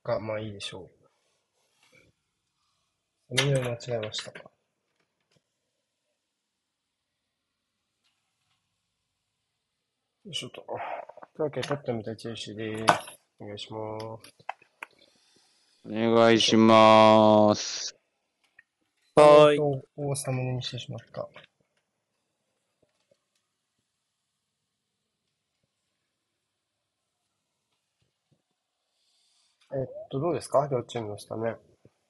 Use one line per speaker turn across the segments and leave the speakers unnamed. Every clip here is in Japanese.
が、まあいいでしょう。それを間違えました。よいしょと。というわけで、立ってみた中止です。お願いします。
お願いします。
コメントをサムネにしてしまった。どうですか両チームのスタメン。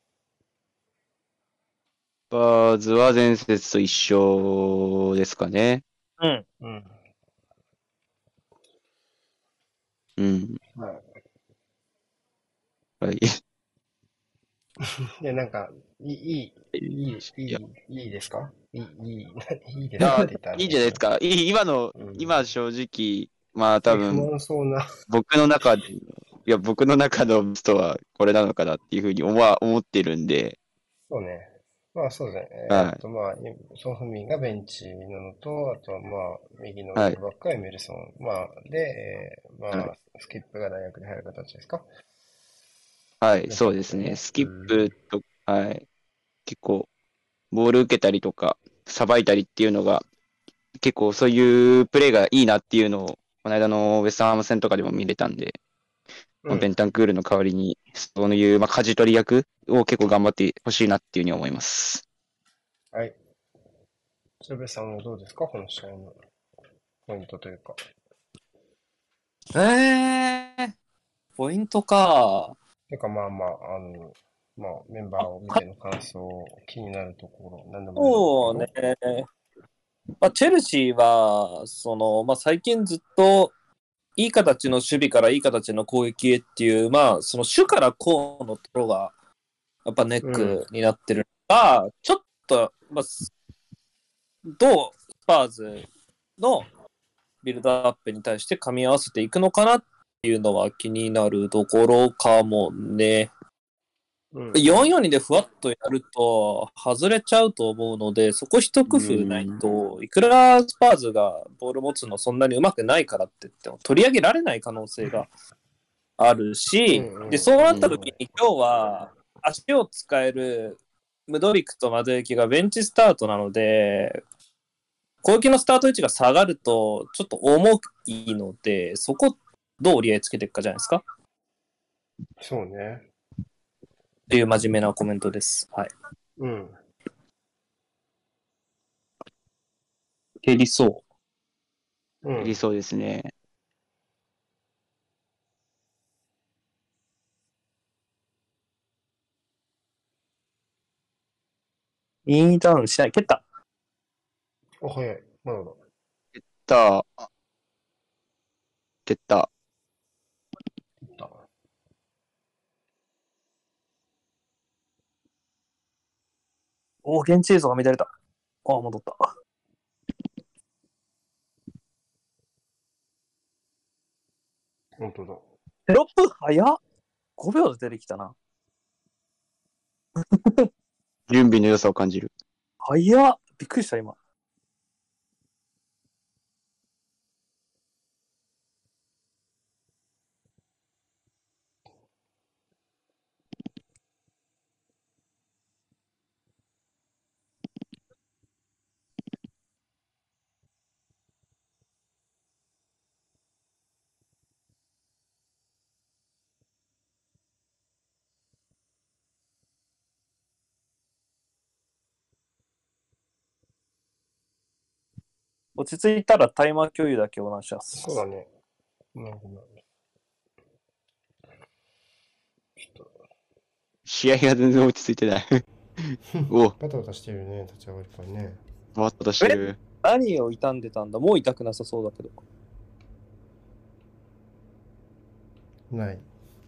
スパーズは前節と一緒ですかね。
うん。うん。
うん。
はい。
はい。
で、なんか、いい、いい、い
いや、
い、いいですかいいですかっ
いや、
て言ったらあれ
いい
ですけど。
じゃないですか。
うん。
今正直、まあ
すごい不
多分、
満そうな。
僕の中のベストはこれなのかなっていうふうに思ってるんで、
そうね。まあそうですね。
はい。
まあ、ソン・フンミンがベンチなのと、あとはまあ、右のウィ
はい。
ングバックはエメルソン。まあ、で、ま
はい。
あ、スキップが大学で入る形ですか
はい。
なって
そうですね。
ますよね。
スキッ
うん。
プと、はい。結構、ボール受けたりとか、さばいたりっていうのが、結構そういうプレーがいいなっていうのを、この間のウェスタンハム戦とかでも見れたんで、まあ、ベ
うん。
ンタンクールの代わりに、そういう、まあ、舵取り役を結構頑張ってほしいなっていうふうに思います。
はい。鶴瓶さんはどうですかこの試合のポイントというか。
ポイントか。
てかまあまあ、まあ、メンバーを見ての感想、気になるところ、何でもいいんですけ
そう
ど。
ね。チェルシーは、最近ずっといい形の守備からいい形の攻撃へっていう、その主から攻のところが、やっぱネッ
うん。
クになってるのが、ちょっと、どうスパーズのビルドアップに対して噛み合わせていくのかなっていうのは気になるところかもね。
うん。
4-4-2でふわっとやると外れちゃうと思うので、そこ一工夫ない
うん。
と、いくらスパーズがボール持つのそんなにうまくないからって言っても取り上げられない可能性があるし、
うん
で、そうなった
うん
時に今日は足を使えるムドリクとマドエキがベンチスタートなので、攻撃のスタート位置が下がるとちょっと重いので、そこどう折り合いつけていくかじゃないですかっ
そうね。
ていう真面目なコメントです。はい。
うん。
蹴りそう。
うん。
理想ですね。
インターンしない。蹴った。
お、早い。なるほど。
た、蹴った。
いった。
おお、現地映像が乱れた。ああ、戻った。
本当だ。
テロップ早っ。5秒で出てきたな。
準備の良さを感じる。
早っ。びっくりした、今。落ち着いたらタイマー共有だけお願いします。
そうだね。なるほど。ちょっ
試合が全然落ち着いてない。お、
と、バタバタしてるね、立ち上がりからね。
バッとしてる。
何を傷んでたんだ。もう痛くなさそうだけど。
ない。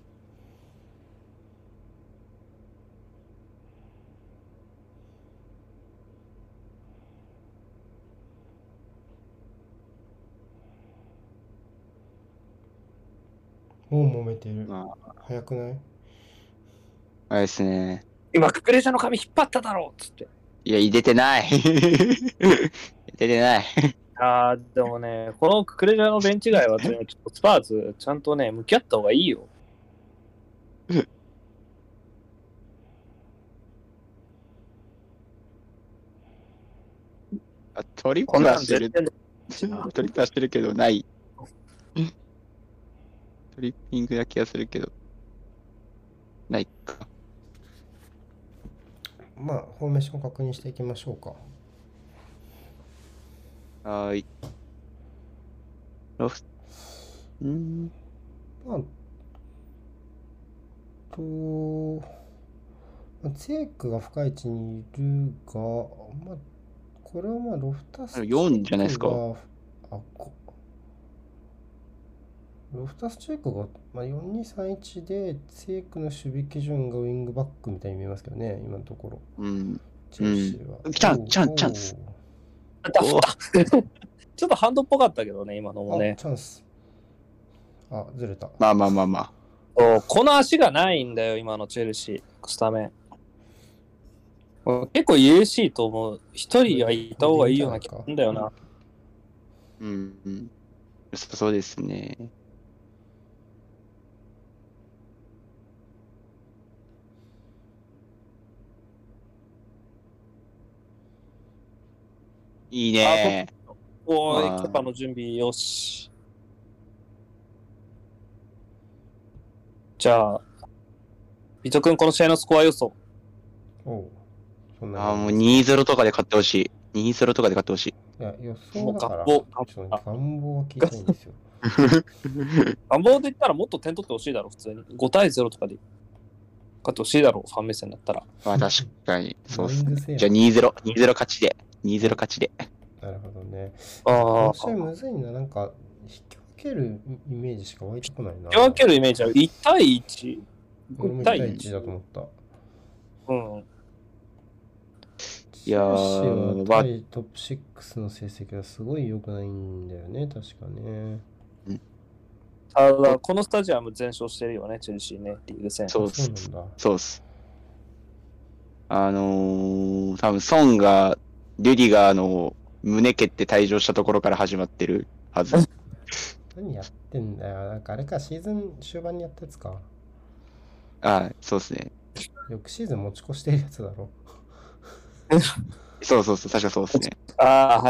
もう揉めてる。
ま
早くない
あれですね。
今、ククレジャの髪引っ張っただろうっつって。
いや、入れてない。入れてない。
でもね、このククレジャのベンチ外は、ちょっとスパーズ、ちゃんとね、向き合った方がいいよ。
トリッ
こんなん
プはしてる。
絶対
トリップはしてるけど、ない。トリッピングな気がするけど、ないか。
まあ、フォーメーション確認していきましょうか。
はーい。ロフ、
まあ、ツェイクが深い位置にいるが、まあ、これはまあ、ロフタスチェ
4じゃないですか。
ックが、ロフタスチェックが、まあ、4231で、ツェイクの守備基準がウィングバックみたいに見えますけどね、今のところ。チェルシーは。
チャンス。
ちょっとハンドっぽかったけどね、今のもね。
チャンス。ずれた。
まあ。
この足がないんだよ、今のチェルシー、スタメン。結構 UC と思う。一人はいた方がいいような気がするんだよな。
そうですね。いいね。
おーい、キャパの準備よし。じゃあ、ビト君この試合のスコア予想。
もう
2-0とかで勝ってほしい。2-0とかで勝ってほしい。
いや、予想だから、願望は聞いたいんですよ。
願望で言ったらもっと点取ってほしいだろ、普通に。5対0とかで勝ってほしいだろ、ファン目線だったら。
まあ確かに、そうっすね。じゃあ2-0勝ちで。2-0勝ちで。
なるほどね。この試合むずいな、なんか、引き分けるイメージしか湧いてこないな。
引き分けるイメージは1対 1?
1対1だと思った。
いや
ー、対トップ6の成績はすごい良くないんだよね、確かね。
ただ、このスタジアム全勝してるよね、チェルシーね、リーグ戦。
そうっす。多分ソンがリュディガーの胸蹴って退場したところから始まってるはず。
何やってんだよ。なんかあれか、シーズン終盤にやったやつか。
そうっすね。
翌シーズン持ち越してるやつだろ。
そう、確かそうっすね。
はい。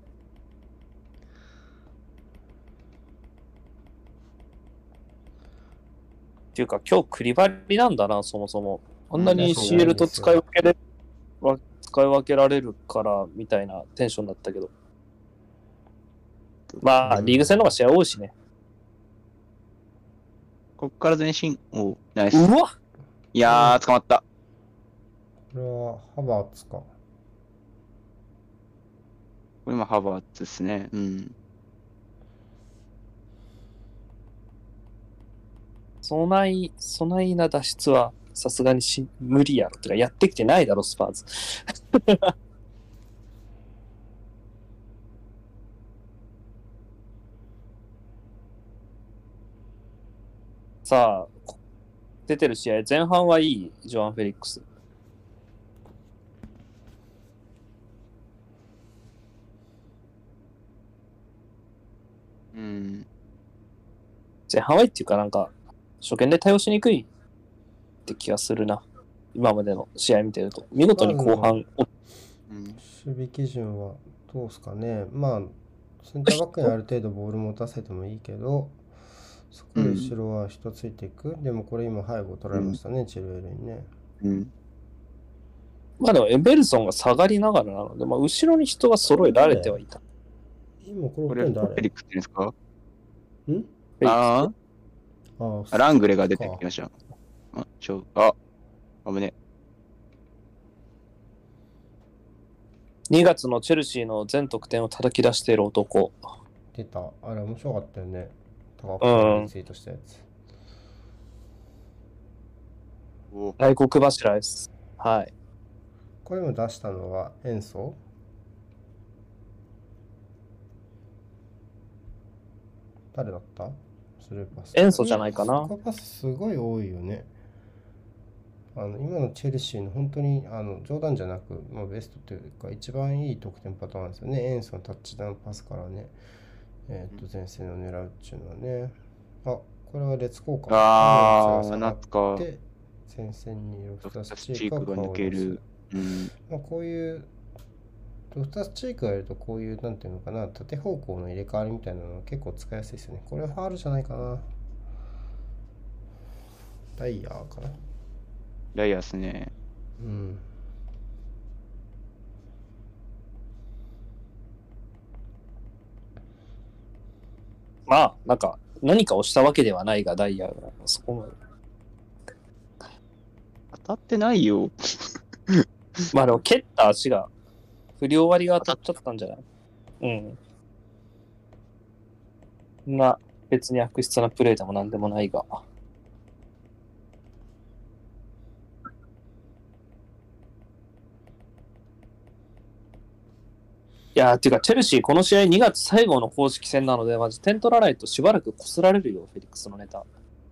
っていうか、今日クリバリなんだな、そもそも。あんなに CL と使い分けられるからみたいなテンションだったけど。まあ、リーグ戦の方が試合多いしね。
こっから前進。ナイス。
うわ
いやー、捕まった。
これはハバーツか。
これもハバーツですね。
そないな脱出はさすがに無理やろ。てかやってきてないだろ、スパーズ。さあ、出てる試合、前半はいい、ジョアン・フェリックス。前半はいいっていうか、なんか、初見で対応しにくいって気がするな。今までの試合見てると。見事に後半。
守備基準はどうすかね。まあ、センターバックにある程度ボール持たせてもいいけど、そこで後ろは人ついていく。でもこれ今背後取られましたね、チルウェルにね。
まあでもエベルソンが下がりながらなので、まあ後ろに人が揃えられてはいた。
今これ
フェリックスですか？ラングレが出てきました。危ね。
2月のチェルシーの全得点を叩き出している男。
出た。あれ面白かったよね。高くツイートしたやつ。
大黒柱です。はい。
これも出したのはエンソ？誰だった？スルーパス。
エンソじゃないかな。
スルーパスすごい多いよね。今のチェルシーの本当に冗談じゃなく、ベストというか一番いい得点パターンですよね。エンソのタッチダウンパスからね、前線を狙うっていうのはね。これはレッツゴーか。
夏か。
前線にロフタスチ
ークが抜ける。
こういう 2つチークがいるとこういうなんていうのかな、縦方向の入れ替わりみたいなの結構使いやすいですよね。これはファールじゃないかな。ダイヤーかな。
ダイヤですね。
うん。
まあ、なんか、何かをしたわけではないが、ダイヤが、そこまで。
当たってないよ。
まあでも、蹴った足が、振り終わりが当たっちゃったんじゃない？うん。そんな、別に悪質なプレーでもなんでもないが。いやー、っていうか、チェルシー、この試合2月最後の公式戦なので、まず点取らないとしばらくこすられるよ、フェリックスのネタ。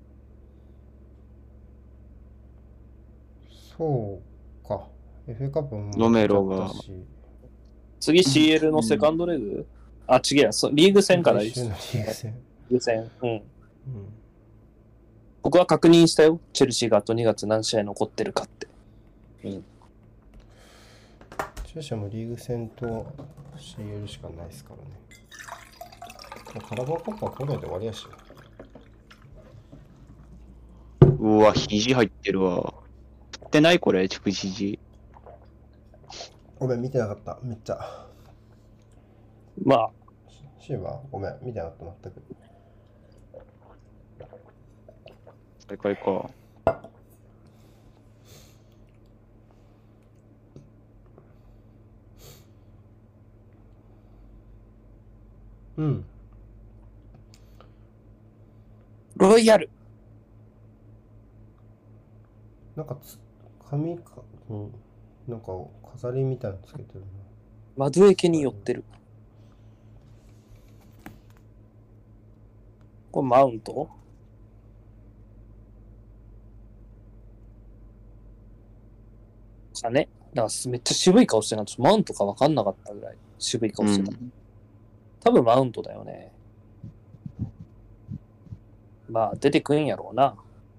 そうか。FA カップも
ロメ
負けちゃ
ロが
ったし。
次 CL のセカンドレグ、あ、違うや、リーグ戦から
最終のリーグ戦。
リーグ戦。うん。
うん。
僕は確認したよ。チェルシーがあと2月何試合残ってるかって。うん。
チェルシーもリーグ戦と CL しかないですからね。カラバーカップはこれで終わりやし。
うわ、肘入ってるわ。振ってないこれ、直肘。
ごめん、見てなかった。めっちゃ。
まあ、
シーはごめん、見てなかった、全く。
再開か。
うん。
ロイヤル。
なんか紙か、うん、なんか飾りみたいなのつけてるな。
マドゥエケに寄ってる。これマウントかね。だからめっちゃ渋い顔してるな。ちょっとマウントか分かんなかったぐらい渋い顔してた。多分マウントだよね。まあ、出てくんやろうな。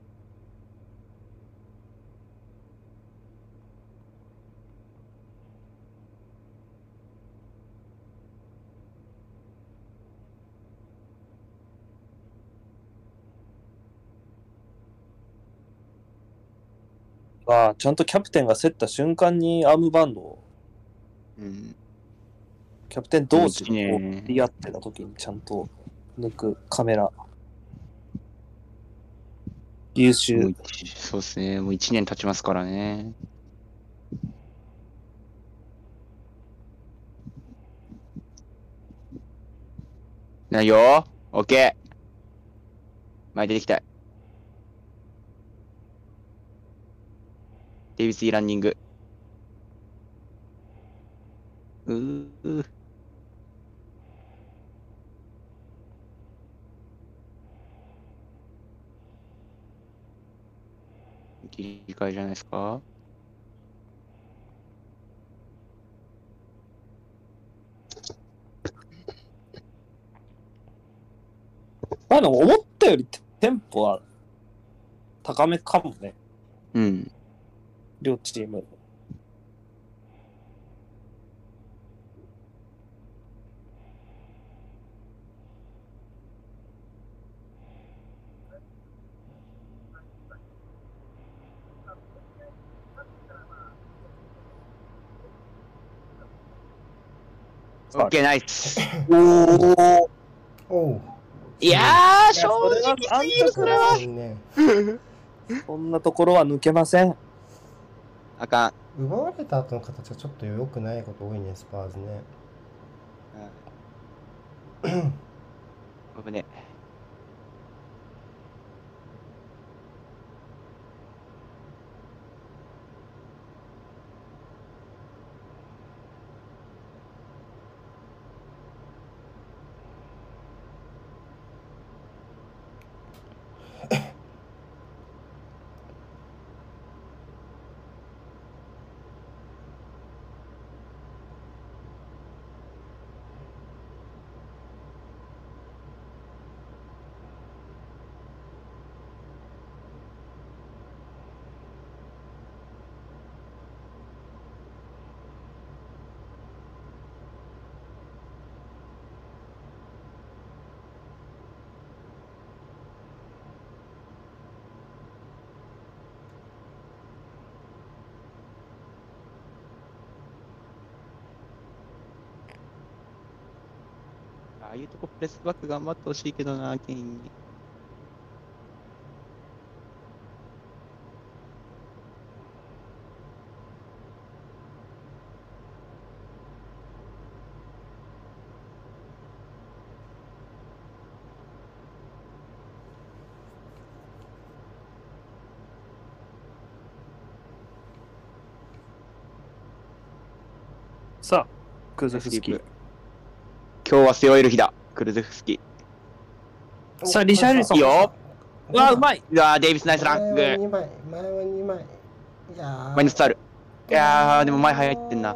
ああ、ちゃんとキャプテンが競った瞬間にアームバンドを、
うん。
キャプテン同士
もう一
でこう
年
言い合ってた時にちゃんと抜くカメラ。優
も
秀
う。そうですね。もう1年経ちますからね。ないよ。オッケー。前出てきたい。デイビス・イーランニング。切り替えじゃないですか。
まあでも思ったよりテンポは高めかもね。
うん。
両チーム。
オッケー、ナイス。
おお。
おう。
いやー、正
それは
直すぎる、それは。
ね。
そんなところは抜けません。
あかん。
奪われた後の形がちょっと良くないこと多いね、スパーズね。
危ね。 あいうとこプレスバック頑張ってほしいけどな、ケインに。
さあ、クズフスキー。
今日は背負える日だ、クルゼフスキ
さあ、リシャルリソン。
いいよ。
うわ、うまい。
ー。うわー、デイビスナイスラン。グ
前は
ー。
2枚、前は2枚。いやー
マイナスツある。いやー、でも前入ってんな。う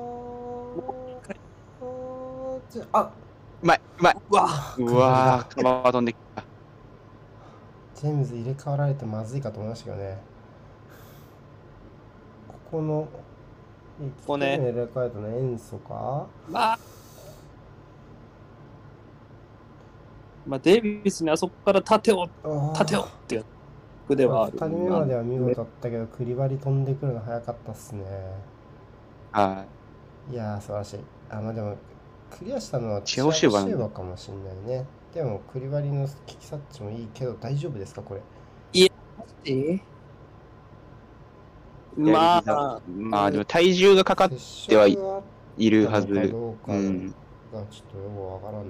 あ、
まい、うまい。
うわ、
うわー、カバー飛んできた。
ジェームズ入れ替わられてまずいかと思いましたけどね。ここの、
ここね
入れ替えたのエンソか
まあ、デイビスにあそこから縦をってやつではある。
2人目までは見事だったけど、クリバリ飛んでくるの早かったっすね。
はい
やー、素晴らしい。あ、まあでも、クリアしたのは
チアゴシューバなんだ
チアゴシューバかもしれないね。でも、クリバリのキキサッチもいいけど、大丈夫ですか、これ。
まあ、
まあでも体重がかかってはいいるはず。
接触があったのかどうかが
うん。
ちょっとよくわからんね。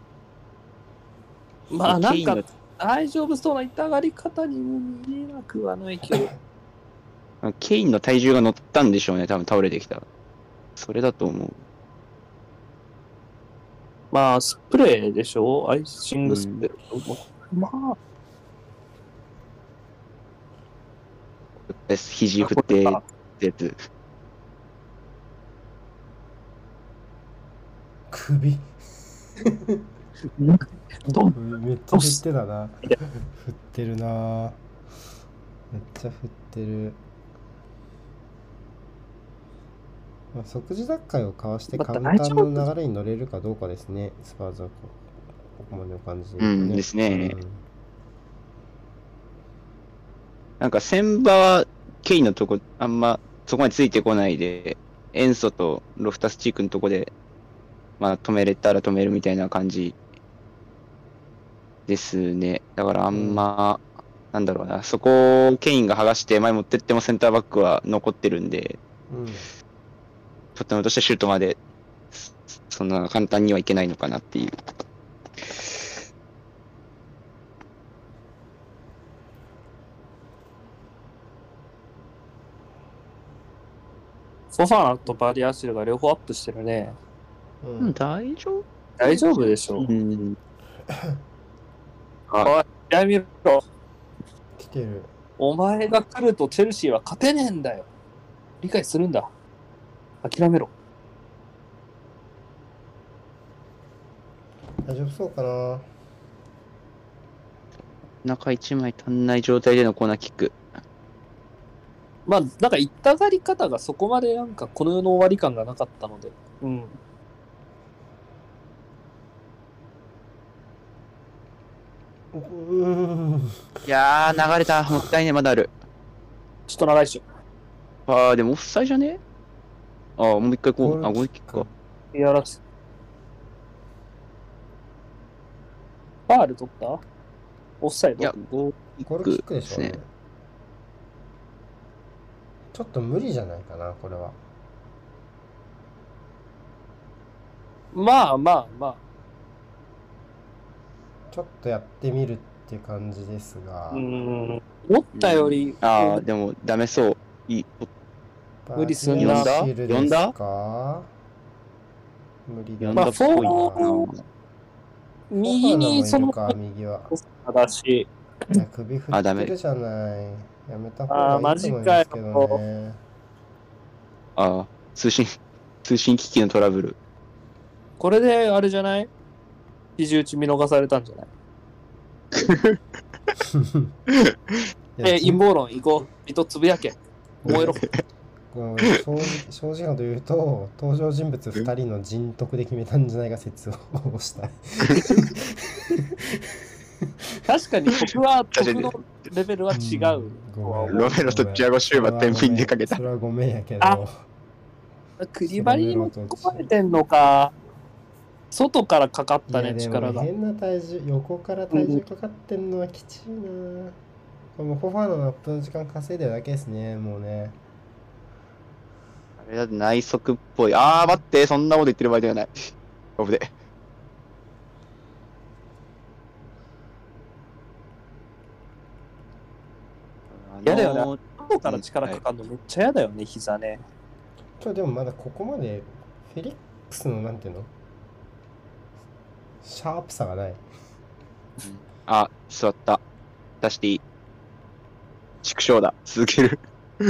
まあなんか
ケインの
大丈夫そうな痛がり方にも見えなくはないけど。
ケインの体重が乗ったんでしょうね、多分倒れてきた。それだと思う。
まあ、スプレーでしょ、アイシングスプレー。まあ、
肘振ってってやつ。
首
どん
めっちゃ振ってたな。振ってるな。めっちゃ振ってる。まあ、即時奪回をかわしてカウンターの流れに乗れるかどうかですね、スパーズはここまでの感じで言うとね。
ですね。なんか先場はケインのとこあんまそこまでついてこないで、エンソとロフタスチークのとこで、まあ止めれたら止めるみたいな感じですね。だからあんま、なんだろうな、そこをケインが剥がして前持ってってもセンターバックは残ってるんで、トッテナムとしてシュートまでそんな簡単にはいけないのかなっていう。
フォファナとバリアシルが両方アップしてるね。
大丈夫？
大丈夫でしょ。おい、やめろ。
来てる。
お前が来るとチェルシーは勝てねえんだよ。理解するんだ。諦めろ。
大丈夫そうかな。
中1枚足んない状態でのコーナーキック。
まあ、なんか痛がり方がそこまでなんかこの世の終わり感がなかったので。
いやー、流れた。もったいね、まだある。
ちょっと長いっしょ。
あー、でもオフサイじゃね？あー、もう一回こう、ゴールキックか。
いやらしい。ファール取った？オフサイド？
いや、ゴールキックですね。
ちょっと無理じゃないかな、これは。
まあまあまあ。
ちょっとやってみるって感じですが。
思ったより。
ああ、でもダメそう。いい。
無理すんな。
呼んだ
無理だ。
呼んだっぽいな。
右にその
右は。
だし。
首振ってるじゃない。やめた方がいいと思いますけどね。
ああ、通信機器のトラブル。
これであれじゃない？肘打ち見逃されたんじゃない？陰謀論行こう。糸つぶやけ。燃えろ。
正直なこと言うと、登場人物2人の人徳で決めたんじゃないか説をしたい。
確かに僕は僕のレベルは違う。
ロメロとチアゴシューバー天秤でかけた。
それはごめんやけど。
クリバリに持ち込まれてんのか。 外からかかったね、
いやでも
力が。
変な体重、横から体重かかってんのはきちいな。このフォファのナップの時間稼いでるだけですね、もうね。
あれだって内側っぽい。あー、待って、そんなこと言ってる場合ではない。オフで。
嫌だよね。
あのー
外から力かかるのめっちゃ嫌だよね、膝ね。
今日でもまだここまでフェリックスのなんていうのシャープさがない。
あ、座った。出していい。畜生だ。続ける。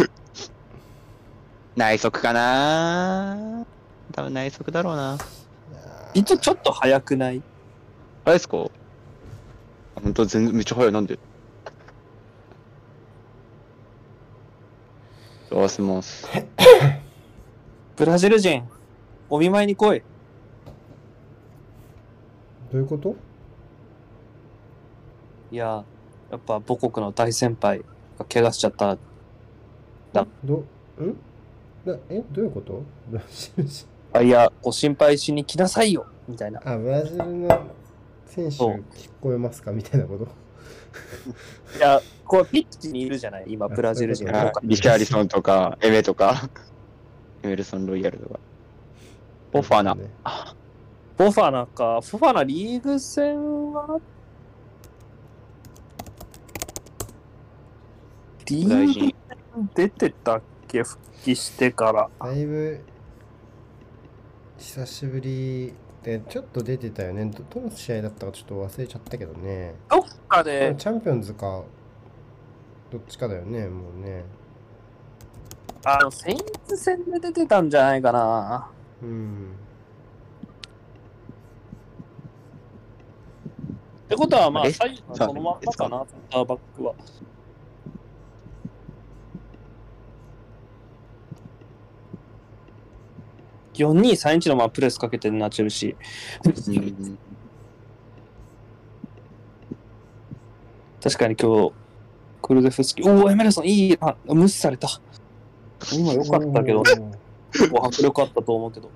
内側かな多分内側だろうな。
一応ちょっと速くない？
あれですか？ほんと全然めっちゃ早い。なんで？どうします。
ブラジル人、お見舞いに来い。
どういうこと？
いや、やっぱ母国の大先輩が怪我しちゃった。
どういうこと？ブラジル人。
あ、いや、ご心配しに来なさいよみたいな。
あ、ブラジルの選手
そう
聞こえますかみたいなこと。
いや、こうピッチにいるじゃない、今、ブラジル人
あ
とか。
リシャーリソンとか、エメとか、エメルソン・ロイヤルとか。オファーナ。
ね
フォファナか。フォファナリーグ戦はリーグ
大事。
戦出てたっけ、復帰してから。
だいぶ久しぶりでちょっと出てたよね。どの試合だったかちょっと忘れちゃったけどね。
どっか
で
で
もチャンピオンズかどっちかだよね、もうね。
セインツ戦で出てたんじゃないかな。
うん。
ってことは、まあ、
あれ
最後はそのまんまかな、センターバックは。4-2-3-1のまあプレスかけてるな、チェルシー。
うん。
確かに今日、クルゼフスキー、おお、エメルソン、いい、無視された。今良かったけど、結構迫力あったと思うけど。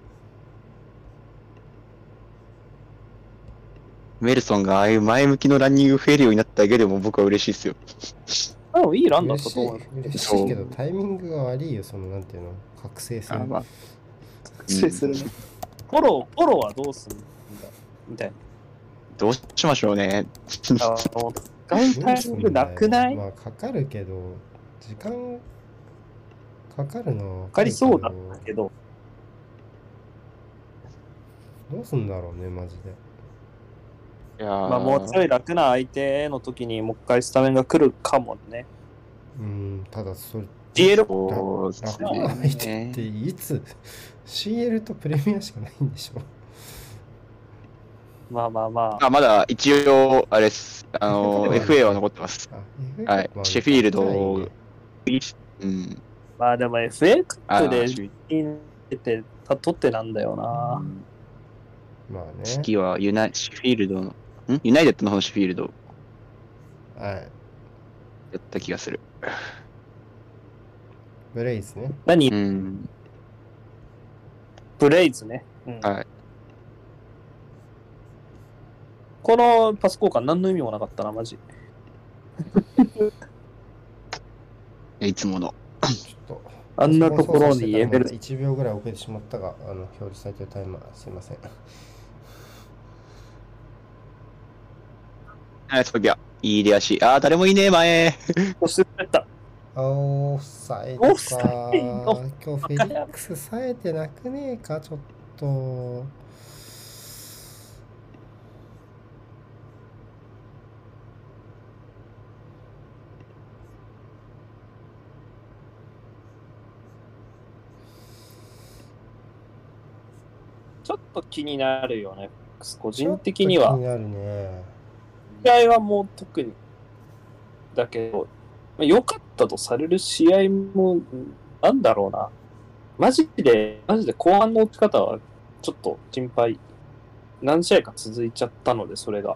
メルソンがああいう前向きのランニング増えるようになっただけでも僕は嬉しいですよ。
でもいいランだっ
嬉しい
たと思うよ。
嬉しいけどタイミングが悪いよ、そのなんていうの、覚醒する。
まあ、
失礼するね。フォローはどうすんだみたい
どうしましょうね。
な。もう使うタイミングなくない？
まあかかるけど、時間かかるのは
かかりそうだったけど、
どうすんだろうね、マジで。
いや
まあもうちょい楽な相手の時にもう一回スタメンが来るかもね。
ただそれ
CL
そうです
楽な相手っていつ CL とプレミアしかないんでしょ。
まあまあまあ。
まだ一応、あれです。FA は残ってます。はい。シェフィールド、
まあでも FA カップで
シ
出て取ってなんだよな。
まあね。
次はシェフィールドの、ユナイテッドの方のシェフィールド
はい。
やった気がする。
ブレイズね。
何？ブレイズね。
はい。
このパス交換何の意味もなかったな、マジ。
いつもの。
ちょっと。
あんなところにエベル。
1秒ぐらい遅れてしまったが、表示されてるタイマー、すいません。
はい、そりゃ。いい出足。誰もいねえ、前。
そしてた。
オフサイドか。
オフサイド
今日フェリックス冴えてなくねえか、ちょっと。
ちょっと気になるよね、個人的には。
気になるね。
試合はもう特に。だけど、良かったとされる試合も、なんだろうな。マジで後半の落ち方はちょっと心配。何試合か続いちゃったので、それが。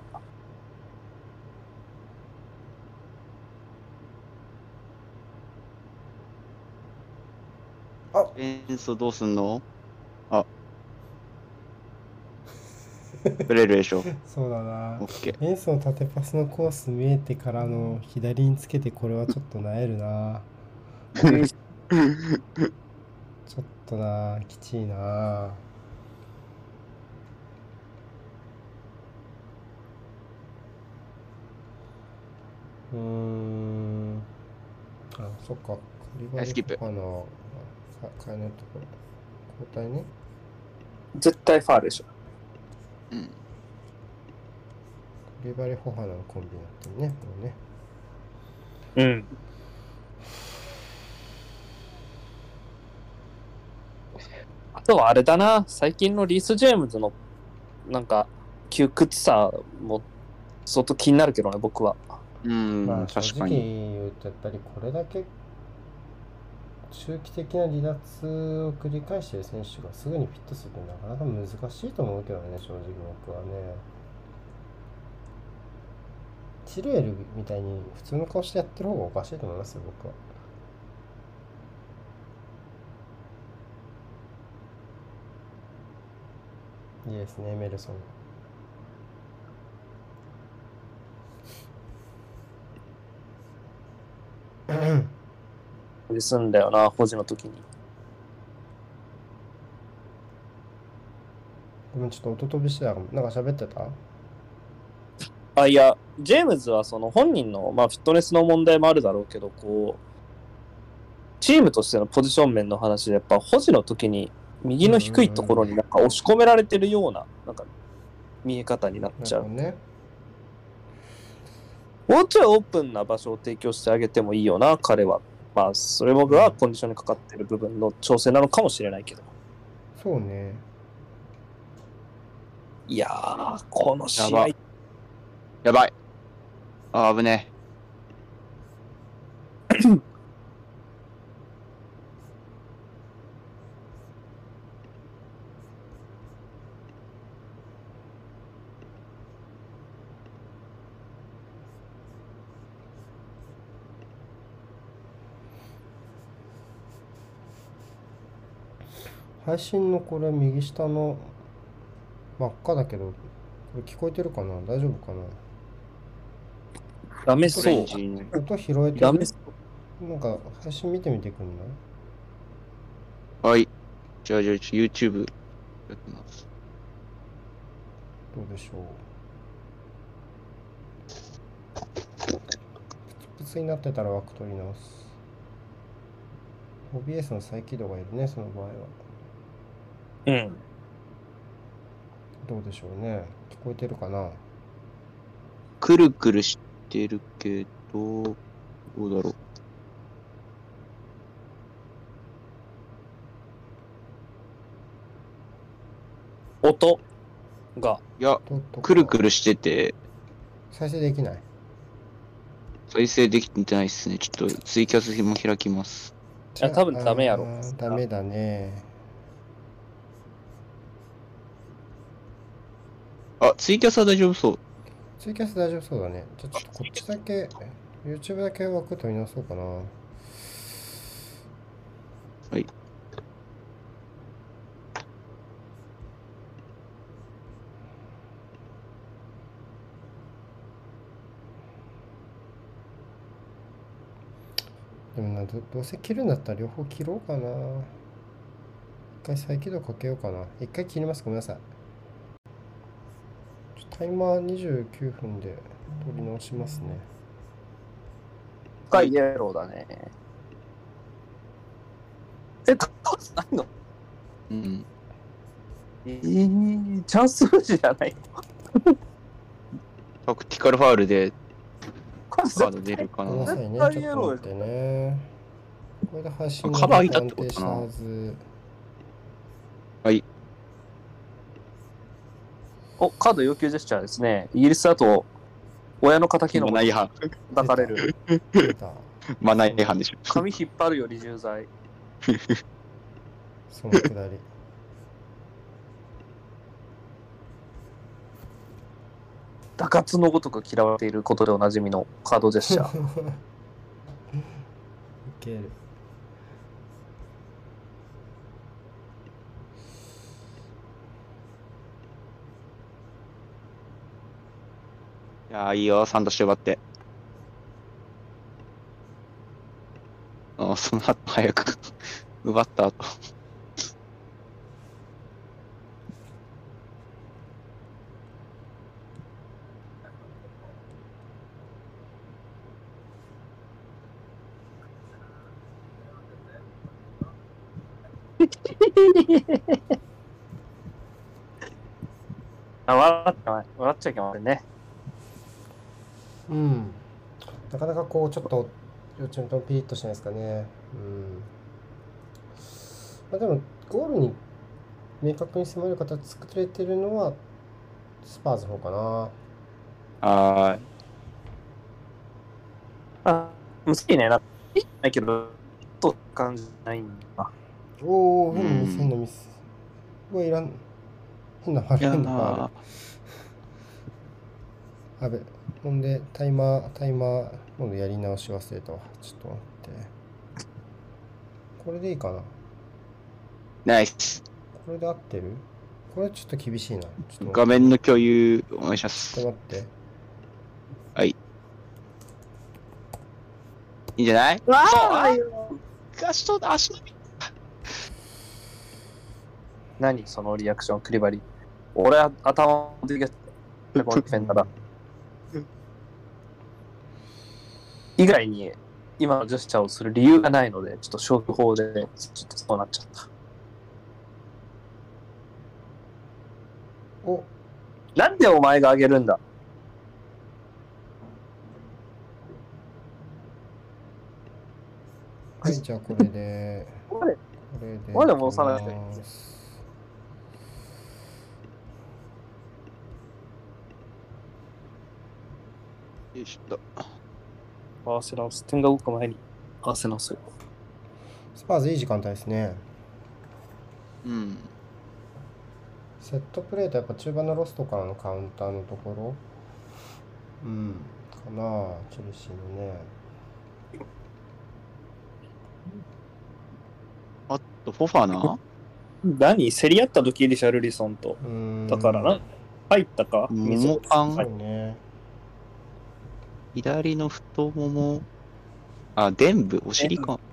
演奏どうすんの？ 取れるでしょ。
そうだな。
オッケー。
エンスの縦パスのコース見えてからの左につけて、これはちょっとなえるな。ちょっとな、きちいな。そっか。クリバリ
はいスキップ
フォファナは変えないところ。交代ね。
絶対ファールでしょ。
うん。
クリバリフォファナのコンビになってるね、これね。
うん。あとはあれだな、最近のリース・ジェームズのなんか窮屈さも相当気になるけどね、僕は。
まあ正直
確かに。
言うとやっぱりこれだけ周期的な離脱を繰り返している選手がすぐにフィットするってなかなか難しいと思うけどね、正直僕はね。チルエルみたいに普通の顔してやってる方がおかしいと思いますよ、僕は。いいですね、メルソン。
ですんだよな、保持の時に。
ごめん、ちょっと音飛びしてたかも。なんか喋ってた？
あ、いや、ジェームズはその本人の、まあ、フィットネスの問題もあるだろうけど、こう、チームとしてのポジション面の話で、やっぱ保持の時に右の低いところになんか押し込められてるような、なんか見え方になっちゃう。
ね。
もうちょいオープンな場所を提供してあげてもいいよな、彼は。まあ、それ僕はコンディションにかかってる部分の調整なのかもしれないけど。
そうね。
いやー、この試合
やば。やばい。あ、危ね
配信のこれ右下の真っ赤だけど、これ聞こえてるかな？大丈夫かな？
え。
ダメそう
オレン。ジの。
音拾えてる？
ダメそう。
なんか配信見てみてくんない？
はい。じゃあ、YouTube やってます。
どうでしょう。プツプツになってたら枠取り直す。OBS の再起動がいるね、その場合は。
うん。
どうでしょうね。聞こえてるかな？
くるくるしてるけど、どうだろう。
音が。
いや、
とっとか
くるくるしてて、
再生できない。
再生できてないっすね。ちょっとツイキャスも開きます。
いや、多分ダメやろ。
ダメだね。
あ、ツイキャスは大丈夫そう。
ツイキャス大丈夫そうだね。じゃあちょっとこっちだけ、YouTube だけ枠取り直そうかな。
はい。
でもな、どうせ切るんだったら両方切ろうかな。一回再起動かけようかな。一回切ります。ごめんなさい。タイマー29分で取り直しますね。
深いイエローだね。え、カーズないの？
うん。
チャンス富士じゃないの？
タクティカルファウルで
カ
カード出るかな。
ごめんなさいね。ちょっと待ってね。これで配信
カバー開いたっ
安
てことかな
定したはず。
はい。
お、カード要求ジェスチャーですね。イギリスだと、親の敵の
マナー違反。
抱かれる。
出た。
マナー違反でしょ。
髪引っ張るより重罪。
そのくだり。
打活のごとく嫌われていることでおなじみのカードジェスチャー。
いける。
やー、いいよ、サンドして奪って。その後早く奪った後。
笑っちゃいけませんね。
うん。なかなかこう、ちょっと、両チームともピリッとしないですかね。まあ、でも、ゴールに明確に迫る形作れてるのは、スパーズの方かな。
はーい。
難しいね。ないけど、と感じないんだ。
おお、変なミス、変なミス。うわ、いらん。変なファウル、変なファウル。あべ。ほんで、タイマー、今度やり直し忘れたわ。ちょっと待って。これでいいかな。
ナイス。
これで合ってる？これちょっと厳しいな。ちょっと待って
画面の共有お願いしま
ち
す。
ょっと待って。
はい。いいんじゃない？
わ
足と足のみ。
何そのリアクション、クリバリ。俺は頭でけた。このディフェンダーだ。以外に今のジェスチャーをする理由がないので、ちょっと消去法で、ちょっとそうなっちゃった。
お、
なんでお前があげるんだ？
はい、じゃあこれで。
これ
で。
これで戻さなくていい。
よいしょっと。
合わせ直す。点が動く前に合わせ直す。
スパーズいい時間帯ですね。
うん。
セットプレーとやっぱ中盤のロストからのカウンターのところ。かな、チェルシーのね。
あと、フォファナ？
何競り合った時リシャルリソンと。だからな。入ったか
ももパン。
そうね。
左の太もも。あ、臀部、お尻か。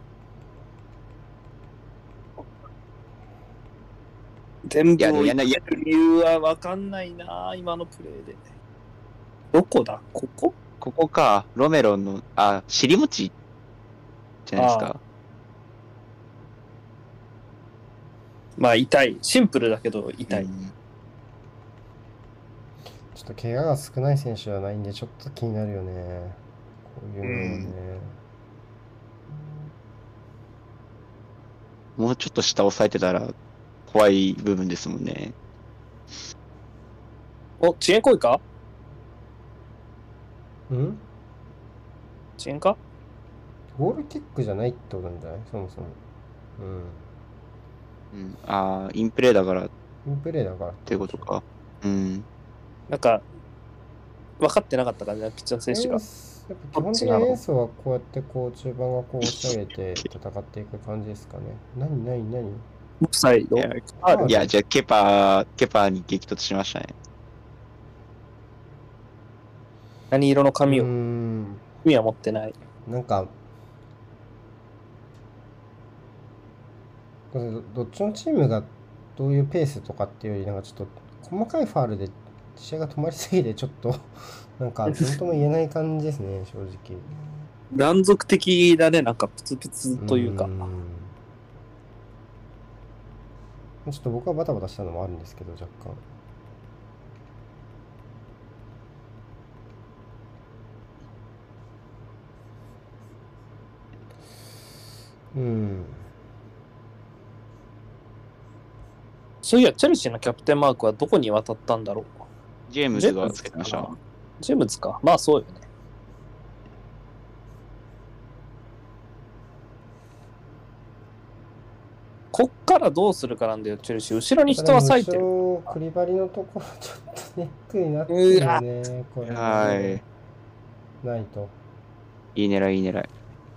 全部を
やる
理由は分かんないな、今のプレーで。どこだ？ここ？
ここか。ロメロの、尻餅じゃないですか。
まあ痛い。シンプルだけど痛い。
ちょっと怪我が少ない選手はないんで、ちょっと気になるよね。こういうのもね。
もうちょっと下押さえてたら怖い部分ですもんね。
お、遅延行為か？遅延か？
ゴールキックじゃないってことなんじゃない？そもそも。
インプレーだから。
インプレーだから
ってことか。
なんか、分かってなかった感じだ、ピッチャー選手が。
やっぱ基本的に演奏はこうやってこう中盤がこう押し上げて戦っていく感じですかね。何
オフサイド？
いや、じゃあケパーに激突しましたね。
何色の髪を？髪は持ってない。
なんか、どっちのチームがどういうペースとかっていうより、なんかちょっと細かいファウルで試合が止まりすぎて、ちょっとなんか何とも言えない感じですね、正直。
断続的だね、なんかプツプツというか。
ちょっと僕はバタバタしたのもあるんですけど、若干。
そういや、チェルシーのキャプテンマークはどこに渡ったんだろう。
ジェームズがつけてました。
ジェームズか。まあそうよね。こっからどうするかなんだよ、チェルシー。後ろに人は割いてる。
クリバリのところちょっとネックになってるよね、これ。
はい。
ないと。
いい狙い、いい狙い。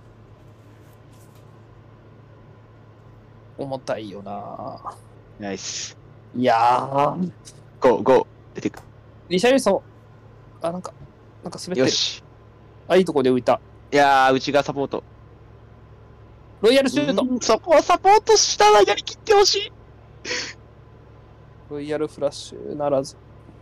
重たいよな。
ナイス。
いやー。
ゴー、出てく。
リシャリソン。なんか、 なんか滑ってる。
よし。
あ、いいとこで浮いた。
いやー、内側サポート。
ロイヤルシュート。
そこをサポートしたらやりきってほしい。
ロイヤルフラッシュならず。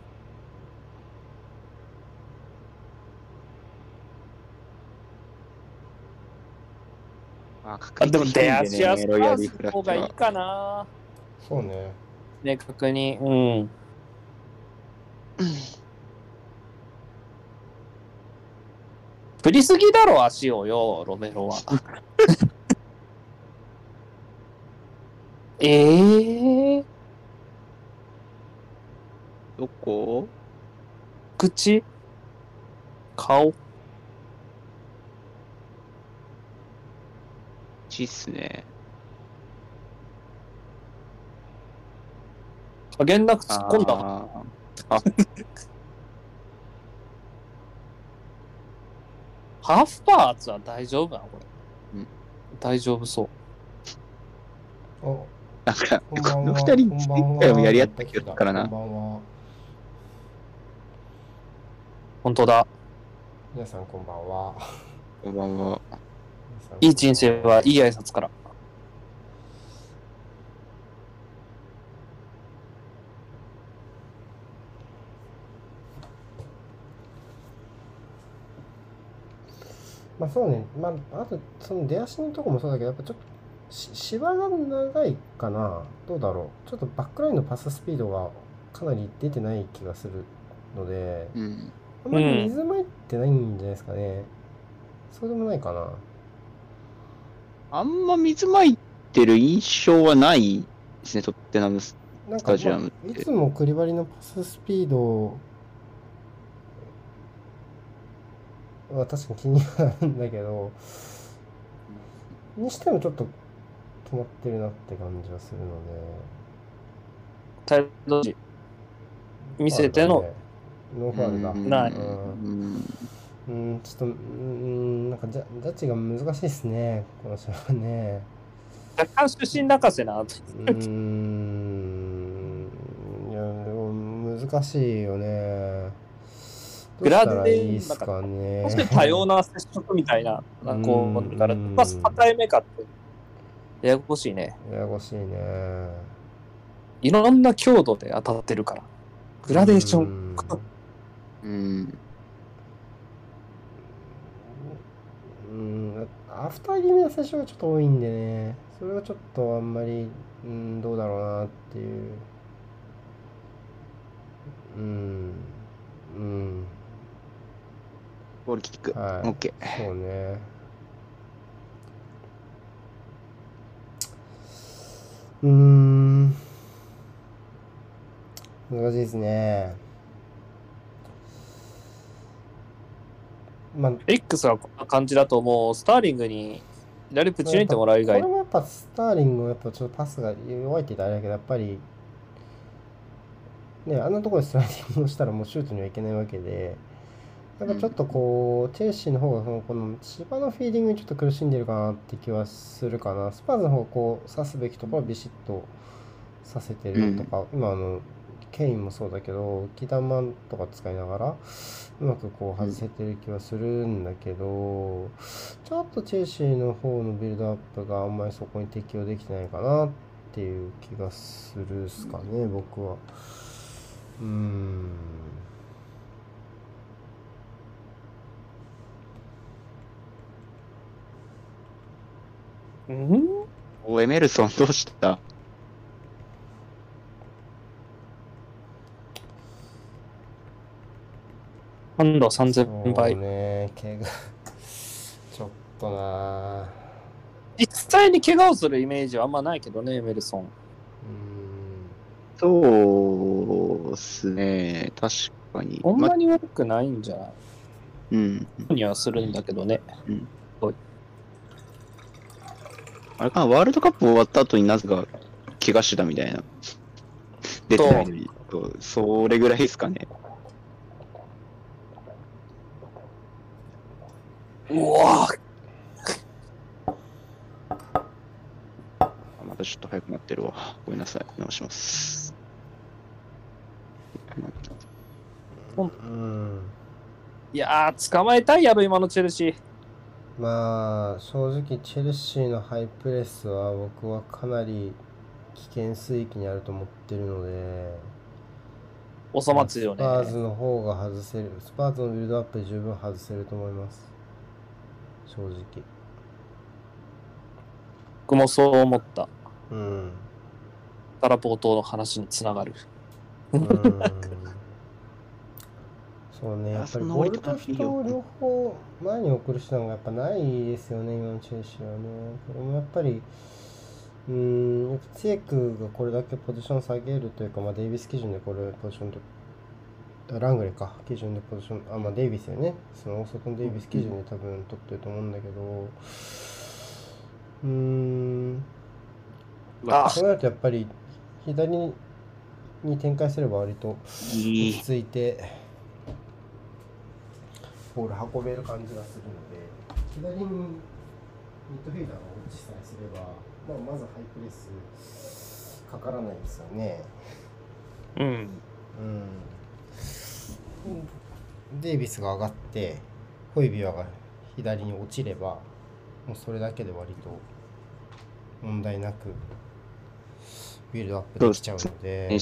あ、
あ、でも出
や
足はスパ
ロイヤ
ーズの
ルフラッシュは。
方がいいかな。
そうね。
明確に。うん。振りすぎだろ、足をよ、ロメロは。
どこ？
口顔
ちっすね。
加減なく突っ込んだ。
あ
ハーフパーツは大丈夫なのこれ。
うん
大丈夫そう。
お、
なんか、
こんばんは。
この二人、
こんばんは
一回もやり合った気がするからな。
こんばんは。
本当だ。
皆さんこんばんは。
こんばんは。
いい人生はいい挨拶から。
まあそうね。まあ、あと、その出足のとこもそうだけど、やっぱちょっと芝が長いかな。どうだろう。ちょっとバックラインのパススピードがかなり出てない気がするので、
うん。
あんまり水まいってないんじゃないですかね。そうでもないかな。
あんま水まいてる印象はないですね、トッテナムス
なんか、
タジアムっ
まあい
て。
つもクリバリのパススピードは確かに気にはなるんだけど、にしてもちょっと止まってるなって感じはするの
タイド時
で。
見せての、
ノーファウルだ。
ない
ちょっと、なんかジャッジが難しいですね、この試合はね。
若干出身泣かせな。
いや、でも難しいよね。どうしたらいいっすかね。
そして多様な接触みたいな、こう、だから、まず境目かって、ややこしいね。
ややこしいね。
いろんな強度で当たってるから。グラデーション。
アフター気味の接触がちょっと多いんでね、それがちょっとあんまり、どうだろうなっていう。
ボールキック。
はい。
オッケ
ー。そうね。難しいですね。
まあ、X がこんな感じだともうスターリングに左プチ抜いてもらう以外。
これもやっぱスターリングやっぱちょっとパスが弱いって言ったらあれだけど、やっぱりね、あんなところでスライディングをしたらもうシュートにはいけないわけで、やっぱちょっとこう、チェルシーの方がこの芝のフィーリングにちょっと苦しんでるかなって気はするかな。スパーズの方がこう刺すべきところをビシッとさせてるとか、今ケインもそうだけど、キダマンとか使いながらうまくこう外せてる気はするんだけど、ちょっとチェルシーの方のビルドアップがあんまりそこに適応できてないかなっていう気がするっすかね、僕は。
エメルソンどうした？
今度は3000倍。
そうね、怪我ちょっとな。
実際に怪我をするイメージはあんまないけどね、エメルソン。
そうっすね、確かに。
そんなに悪くないんじゃない ？ にはするんだけどね。
あれかな、ワールドカップ終わった後になぜか怪我したみたいな。出てないのに、それぐらいですかね。
うわ
またちょっと早くなってるわ。ごめんなさい。直します。
いやー、捕まえたいやろ、今のチェルシー。
まあ正直チェルシーのハイプレスは僕はかなり危険水域にあると思ってるので、
おそ松よ
スパーズ
ね。
の方が外せる、スパーズのビルドアップで十分外せると思います、正直。
僕もそう思った。
うん。
タラポートの話につながる。
そうね、やっぱり
そんな
ボールと
置いとかなくていいよ
人を両方前に送る手段がやっぱないですよね、今のチェルシーはね。これもやっぱり、やっぱツィエクがこれだけポジション下げるというか、まあ、デイビス基準でこれポジションと、ラングレーか、基準でポジション、まあデイビスよね。その大外のデイビス基準で多分取ってると思うんだけど、そうなるとやっぱり左に展開すれば割と落ち着いてボール運べる感じがするので、左にミッドフィーダーが落ちさえすれば、まずハイプレスかからないですよね。デイビスが上がってホイビアが左に落ちれば、もうそれだけで割と問題なくビルドアップできちゃうので、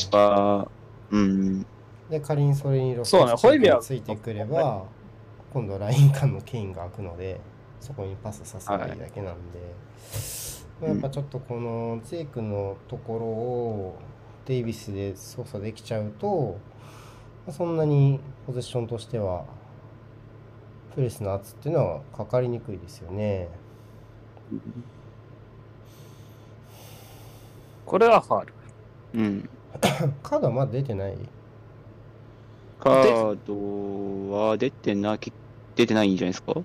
で仮にそれにロスがついてくれば、今度はライン間のケインが空くので、そこにパスさせばいいだけなんで、やっぱちょっとこのツェイクのところをデイビスで操作できちゃうと、そんなにポゼッションとしてはプレスの圧っていうのはかかりにくいですよね。
これはファール。
カードはまだ出てない？
カードは出てないんじゃないですか。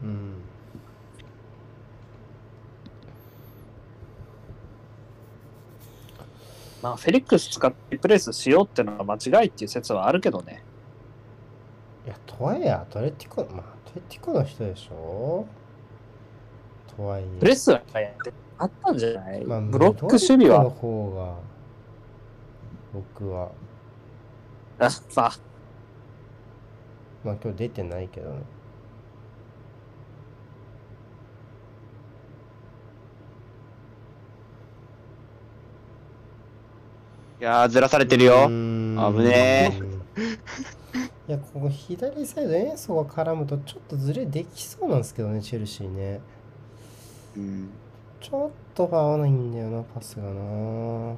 まあフェリックス使ってプレスしようってのが間違いっていう説はあるけどね。
いや、とはいえアトレティコの人でしょ。とはいえ
プレスはやってあったんじゃない？
まあ、
ブロック守備は
の方が僕は
ま
あ今日出てないけどね。
いやー、ずらされてるよ。危ね
いや、ここ左サイド演奏が絡むとちょっとズレできそうなんですけどね、チェルシーね。ちょっと合わないんだよな、パスがな。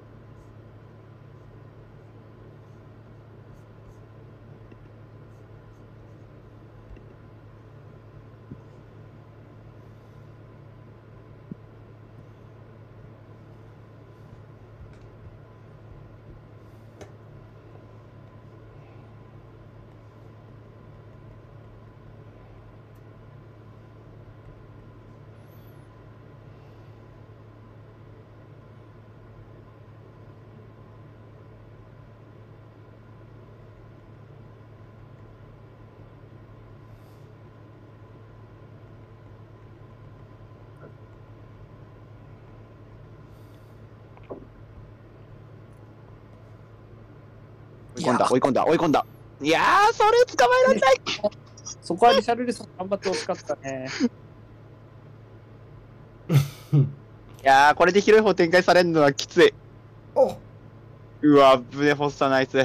追い込んだ。いやー、それ捕まえられない。
そこはリシャルリソン頑張ってほしかったね。
いやー、これで広い方展開されるのはきつい。うわ、ブネフォッサナイス。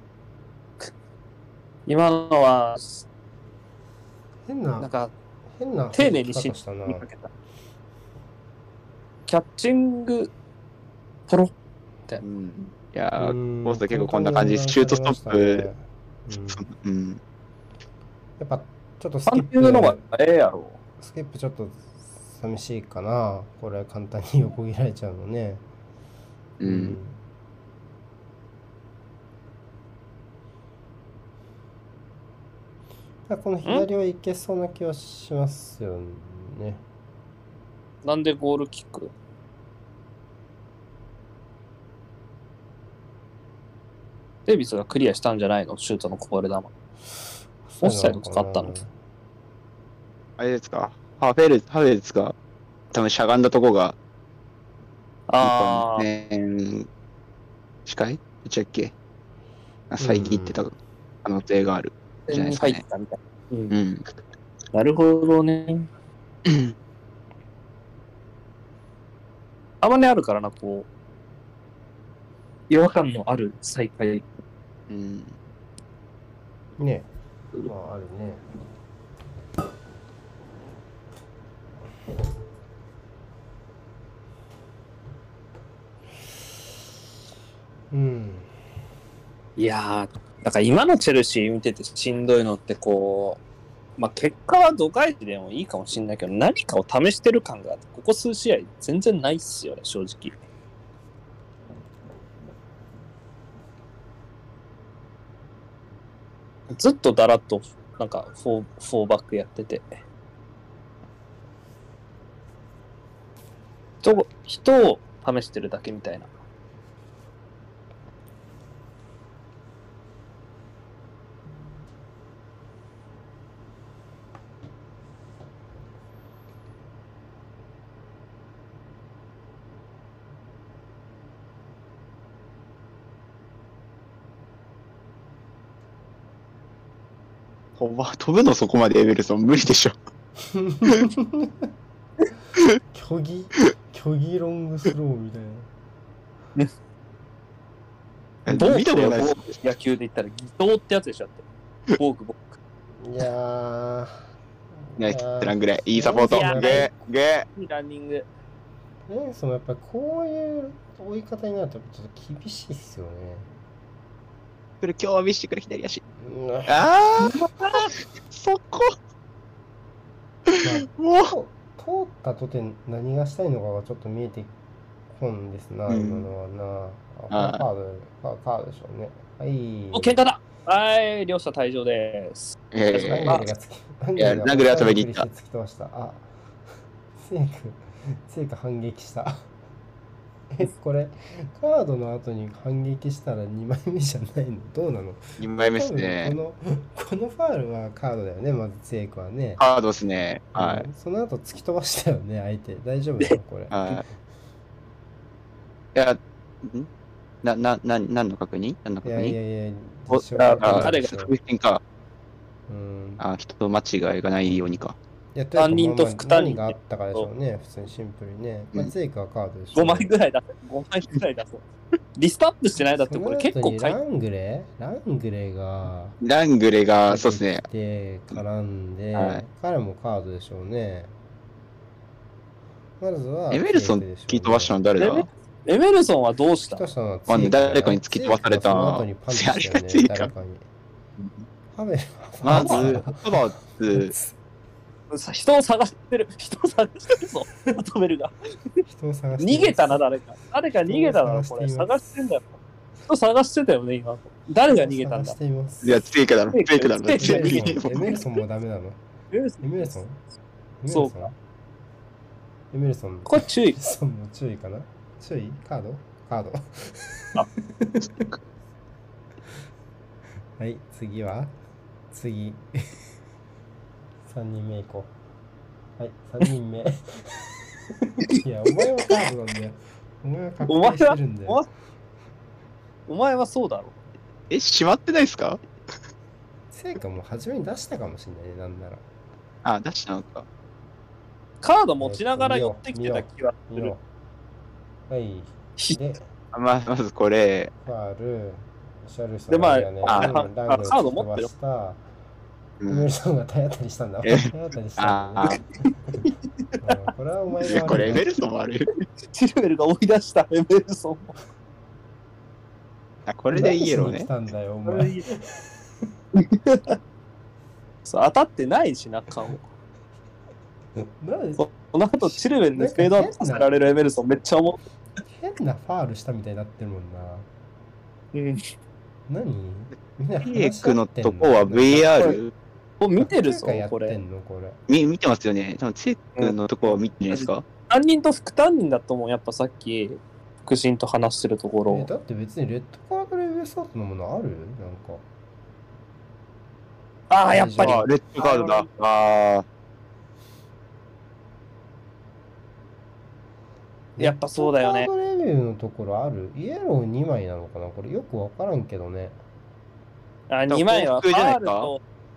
今のは
変な
丁寧にしかけた。キャッチングポロって。
いやー、コース結構こんな感じ。シュートストップ。
やっぱちょっとスキップ
のがやろ。
スキップちょっと寂しいかな。これ簡単に横切られちゃうのね。この左はいけそうな気はしますよね。
なんでゴールキック？デイビスがクリアしたんじゃないの？シュートのこぼれ球。オフサイド使ったの？
あれですか、ハフェルツが多分しゃがんだとこが視界どっちだっけ、遮ってた可能性がある。 じゃないですかね
に入っ。たみたいな。
うん。
なるほどね。たまにあるからな、こう、違和感のある再会。
うん。
ね。まあ、あるね。うん。
いやー、だから今のチェルシー見ててしんどいのってこう、まあ結果は度外視でもいいかもしんないけど、何かを試してる感が、ここ数試合全然ないっすよね、正直。ずっとだらっと、なんかフォーバックやってて。人を試してるだけみたいな。
飛ぶのそこまでエベルソン無理でしょ。
虚偽ロングスローみたいな。
ボーク
見たことないです。
野球で言ったら偽装ってやつでしょって。ボーク。
いやー。
ナイスラングレー。いいサポート。
いや
ゲー、ゲ
いいランニング。
そのやっぱりこういう追い方になるとちょっと厳しいっすよね。
ー。これ今日は見せてくれ、左足。
うん
ああそこもう
通ったとて何がしたいのかがちょっと見えてこんですな、
うん
今のはな。カードでしょうね。はい。
お、喧嘩だ。はい、両者退場です。
ランゲルが
ランゲルが遊びに行った。
突き飛ばした。あ、セイク反撃した。これ、カードの後に反撃したら2枚目じゃないの？どうなの
2枚目ですね。
このファールはカードだよね、まずセイクはね。
カードですね。はい。
その後突き飛ばしたよね、相手。大丈夫だよ、これ。
はい。いや、何の確認何の確認
いや、
彼が
確認か。
うん
人間違いがないようにか。
担任と副担任
何があったかでしょうね、普通にシンプルにね。まあ、セイクはカードでしょ
5枚ぐらい出せ。5枚ぐらい出そう。リストアップしてないだってこれ結構
ラングレが
そうですね。
で絡んで、
はい
彼もカードでしょうね。まずは
エメルソン突き飛ばしたの誰だ
エメルソンはどうした
誰かに突き飛ばされた。
その後にパンチしたよね、誰かに。
まず、ハバーツ。
人を探してるぞ、トベルが。逃げたな、誰か逃げたな、これ。探してんだよ。人探してたよね、今。誰が逃げたんだ。
いや、ツイクだろ。
エメルソンもダメなの。エメルソン
そうか。
エメルソン。
これ注意。
エメルソンも注意かな。注意カードあはい、次3人目いこう。はい、3人目。いや、お前はカードなんだよ。お前は確定してるんだよ。
お前はそうだろ。
閉まってないですか？
セイカも初めに出したかもしれないね、なんなら。
あ、出したのか。
カード持ちながら寄ってきてた気はする。
はい。で、
まずこれ。
ファール、シャルソン
で、まあ、
カ
ード持ってる。
エメルソンが体当たりしたんだ。体当たりしたんだね。これはお前が。
これエメルソン悪い。
チルベルが追い出したエメルソンを。
これでイエローね。
そう、当たってないしな、顔。この後チルベルでフェードアウトさせられるエメルソンめっちゃ思う。
変なファールしたみたいになってるもんな。何みんな
ピエクのとこは VR？
見てるぞ、これ。
見てますよね。チェックのとこは見てないですか？
担任と副担任だと思う。やっぱさっき、腹心と話してるところ。
だって別にレッドカードレベルスタートのものある？なんか。
ああ、やっぱり。
レッドカードだ。ああ。
やっぱそうだよね。
レッドカードレビューのところある？イエロー2枚なのかなこれよくわからんけどね。
2枚はファールと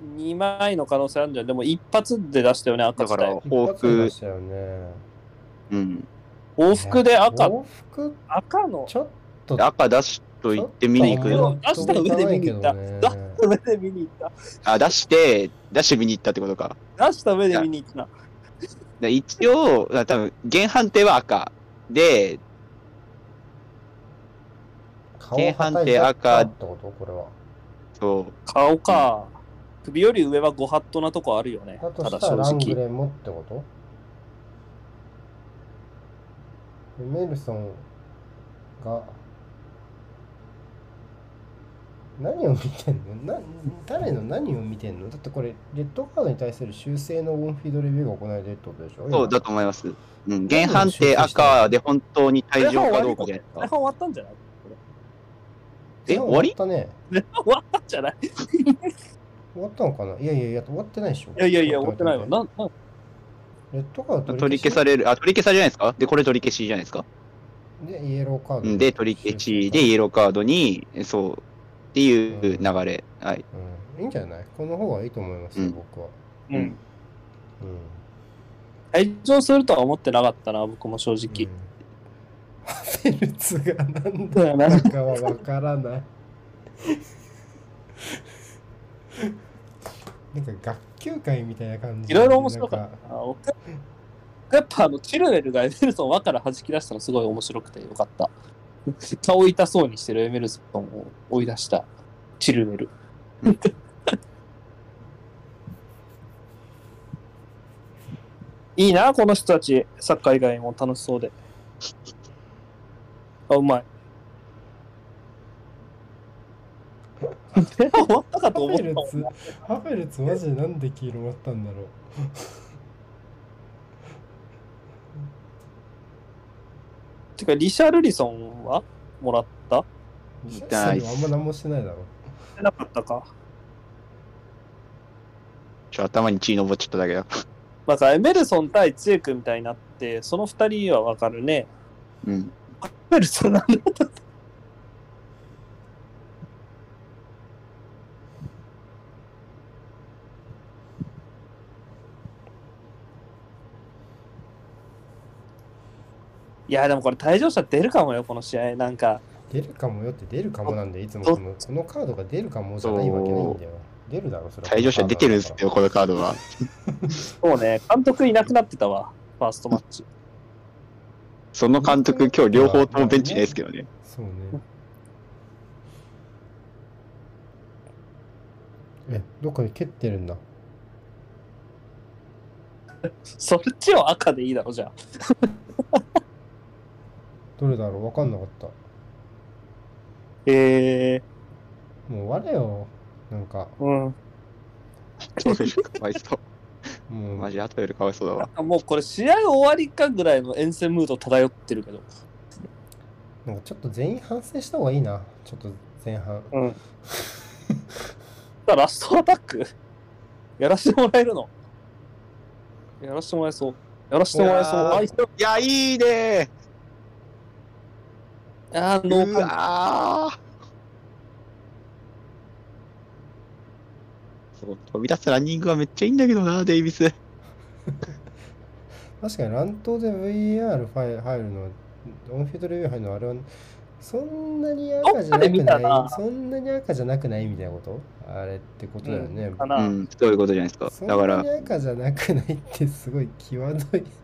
2枚の可能性あるんじゃん。でも一発で出したよね、赤
だから
自体。
報
一発で出
復、
したよね。
うん。
往復で赤、
往復
赤の
ちょっと
赤出しと言って見に行く。
ちょっと
出した上で見に行った。
納得い
出
かないけどね
した上で見に行った。
出して見に行ったってことか。
出した上で見に行った。
で一応、多分、原判定は赤。で、
顔はたいちゃったってことこれは。
そう。
顔か。首より上はご法度なとこあるよね。
だと
ただ正
したらラング
直。
レンもってことメルソンが何を見てんの誰の何を見てんのだってこれ、レッドカードに対する修正のオンフィードレビューが行われてるってことでしょ
そうだ
と。
と思います。うん。原判定赤で本当に退場かどうかじゃないですか。
前半終わったんじゃない
終わり
終わったね。
前半終わったんじゃない
終わったのかないやいやいや、終わってないでしょ。
いや、終わってないわ。
レッドカード
取り消される、取り消されじゃないですか。で、これ取り消しじゃないですか。
で、イエローカード。
で、取り消しで、イエローカードに、そう、っていう流れ。はい。
いいんじゃないこの方がいいと思いますよ、僕は。
うん。退場するとは思ってなかったな、僕も正直。
ハフェルツが何だかはわからない。なんか学級会みたいな感じで。
いろいろ面白かったな。やっぱチルウェルがエメルソン輪から弾き出したのすごい面白くてよかった。顔痛そうにしてるエメルソンを追い出したチルウェル。いいな、この人たち。サッカー以外も楽しそうで。あ、うまい。終わったかと思ったもんな。
ハフェルツマジでなんで黄色もらったんだろう。
てか、リシャルリソンはもらった
リシャルソンはあんま何もしてないだろう。
なかったか。
頭に血のぼっちゃっただけだ。
なんかエメルソン対ツエクみたいになって、その二人はわかるね。
うん。
エメルソンなんだったいや、でもこれ退場者出るかもよ、この試合。なんか。
出るかもよって出るかもなんで、いつもこのカードが出るかもじゃないわけないんだよ。出るだろ、それは。
退場者出てるんですよ、このカードは。
そうね、監督いなくなってたわ、ファーストマッチ。
その監督、今日両方ともベンチないですけどね。
そうね。どっかで蹴ってるんだ。
そっちを赤でいいだろ、じゃあ。
どれだろう分かんなかった。もう終われよ。なんか。
うん。
かわいそう。
もう
マジ後よりかわいそうだわ。
もうこれ試合終わりかぐらいの遠征ムード漂ってるけど。
なんかちょっと全員反省した方がいいな。ちょっと前半。
うん。ラストアタックやらせてもらえるのやらせてもらえそう。やらせてもらえそう。
いや、いいね
ノーカン
そう飛び出すランニングはめっちゃいいんだけどな、デイビス。
確かに乱闘で VR 入るの、オンフィードレビュー入るのあれは、そんなに赤じゃなくないそんなに赤じゃなくないみたいなことあれってことだよね。
かな。
そういうことじゃないですか。だから。
そんなに赤じゃなくないってすごい際どい。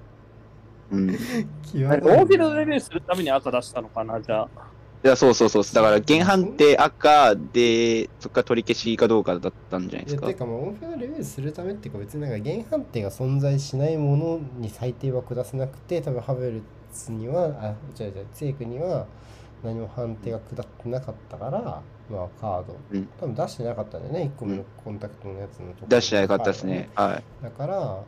際どい。オンフィードレビューするために赤出したのかな、じゃあ。
いや、そう。だから、原判定赤で、そっから取り消しかどうかだったんじゃないですか。
てか、オンフィードレビューするためっていうか、別になんか原判定が存在しないものに裁定は下せなくて、多分ハベルツには、ツェイクには何も判定が下ってなかったから、まあカード、多分出してなかったんだよね、1個目のコンタクトのやつのところ、
出してなかったですね。はい。
だから、まあ、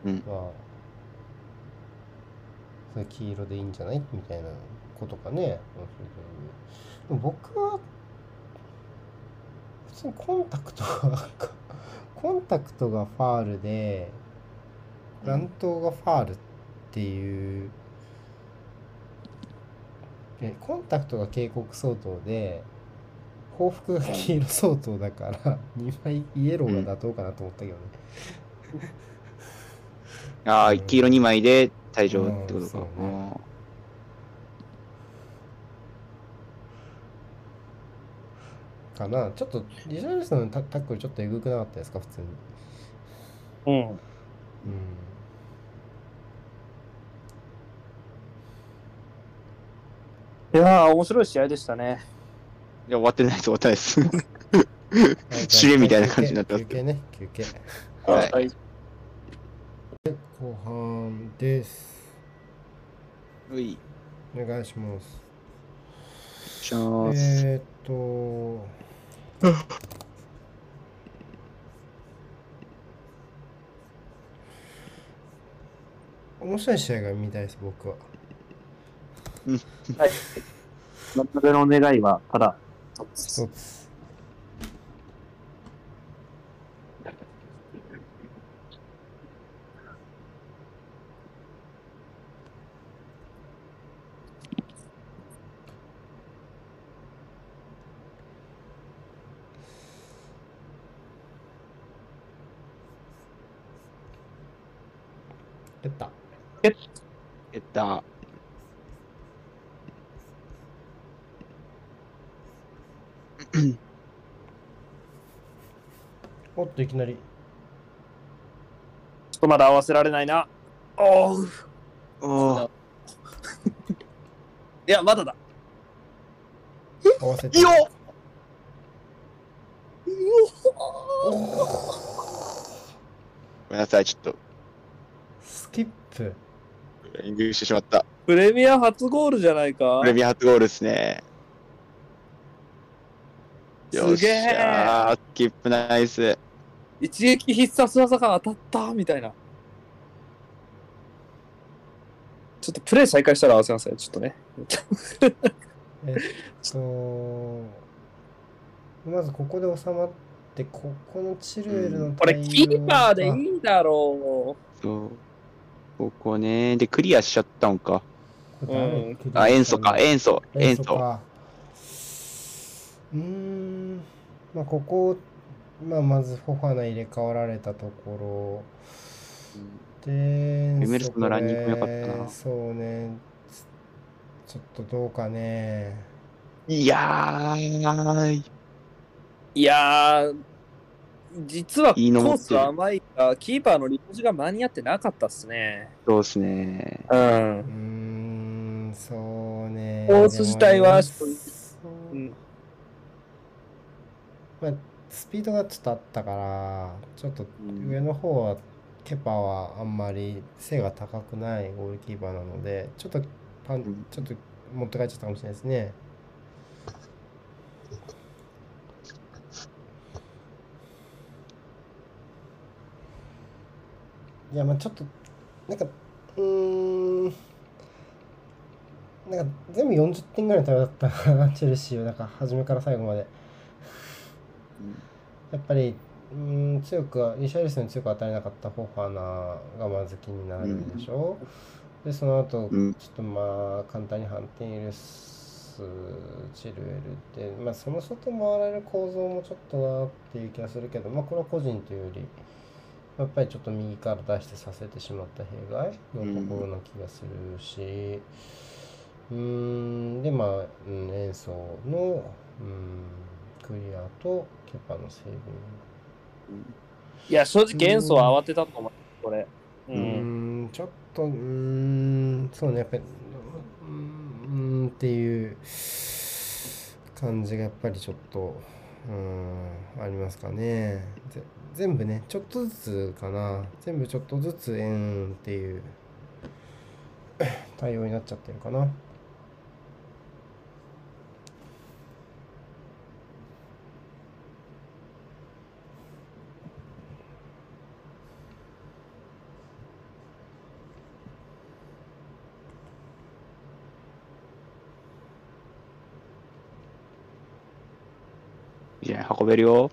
それ黄色でいいんじゃないみたいなことかね。僕は普通にコンタクトがファールで乱闘がファールっていうコンタクトが警告相当で報復が黄色相当だから2枚イエローが妥当かなと思ったけどね。
ああ、
うん
黄色2枚で退場ってこと
そう
か。
ねかな。ちょっとリシャルリソンのタックルちょっとえぐくなかったですか普通に。
うん。
うん
いやー、面白い試合でしたね。
いや、終わってないです、終わってないです。
はい
試練みたいな感じになってます
休憩ね、休憩。
はい
はい。
後半です。
うい、
お願いします。
します。
面白い試合が見たいです、僕は。
はい。渡辺の願いは、ただ、
一つ。やった。
やった。
おっと、いきなり。
ちょっとまだ合わせられないな。おう。
おー、
いや、まだだ。
合わせて。
よっごめんなさい、ちょっと、
スキップ。
イングしてしまった。
プレミア初ゴールじゃないか
プレミア初ゴールですね。よっし
すげえ
ゃー、スキップナイス。
一撃必殺技が当たったみたいな。ちょっとプレイ再開したら合わせなさい。ちょっとね。
まずここで収まって、ここのチルエルの
これキーパーでいいだろ
そう。ここね。で、クリアしちゃったんか。あ、塩素か、塩素。塩素。
か。まあここ、まずフォファナ入れ替わられたところで、
エメルソンのランニングも良かったな。
そうね、ちょっとどうかね。
いやー、
いやー、実はコ
いいの持
ース
ってる
甘いが、キーパーのリポジが間に合ってなかったっすね。
そうっすね。
うん。
そうね。
コース自体は
うんまあ、スピードがちょっとあったから、ちょっと上の方は、ケパはあんまり背が高くないゴールキーパーなので、ちょっと持って帰っちゃったかもしれないですね。いや、まあちょっと、なんか、なんか全部40点ぐらいの対応だったな、チェルシーは、なんか初めから最後まで。やっぱり、リシャリソンに強く当たれなかったフォファナがまず気になるでしょ。で、その後、ちょっと簡単に反転許すチルエルって、その外回られる構造もちょっとなっていう気がするけど、これは個人というより、やっぱりちょっと右から出してさせてしまった弊害のところな気がするし、で、演奏の、クリアとケパのセーブ。
いや、正直、演奏は慌てたと思う、これ。
ちょっと、そうね、やっぱり、っていう感じがやっぱりちょっと、ありますかね。全部ね、ちょっとずつかな。全部ちょっとずつっていう対応になっちゃってるかな。
いや、運べるよ。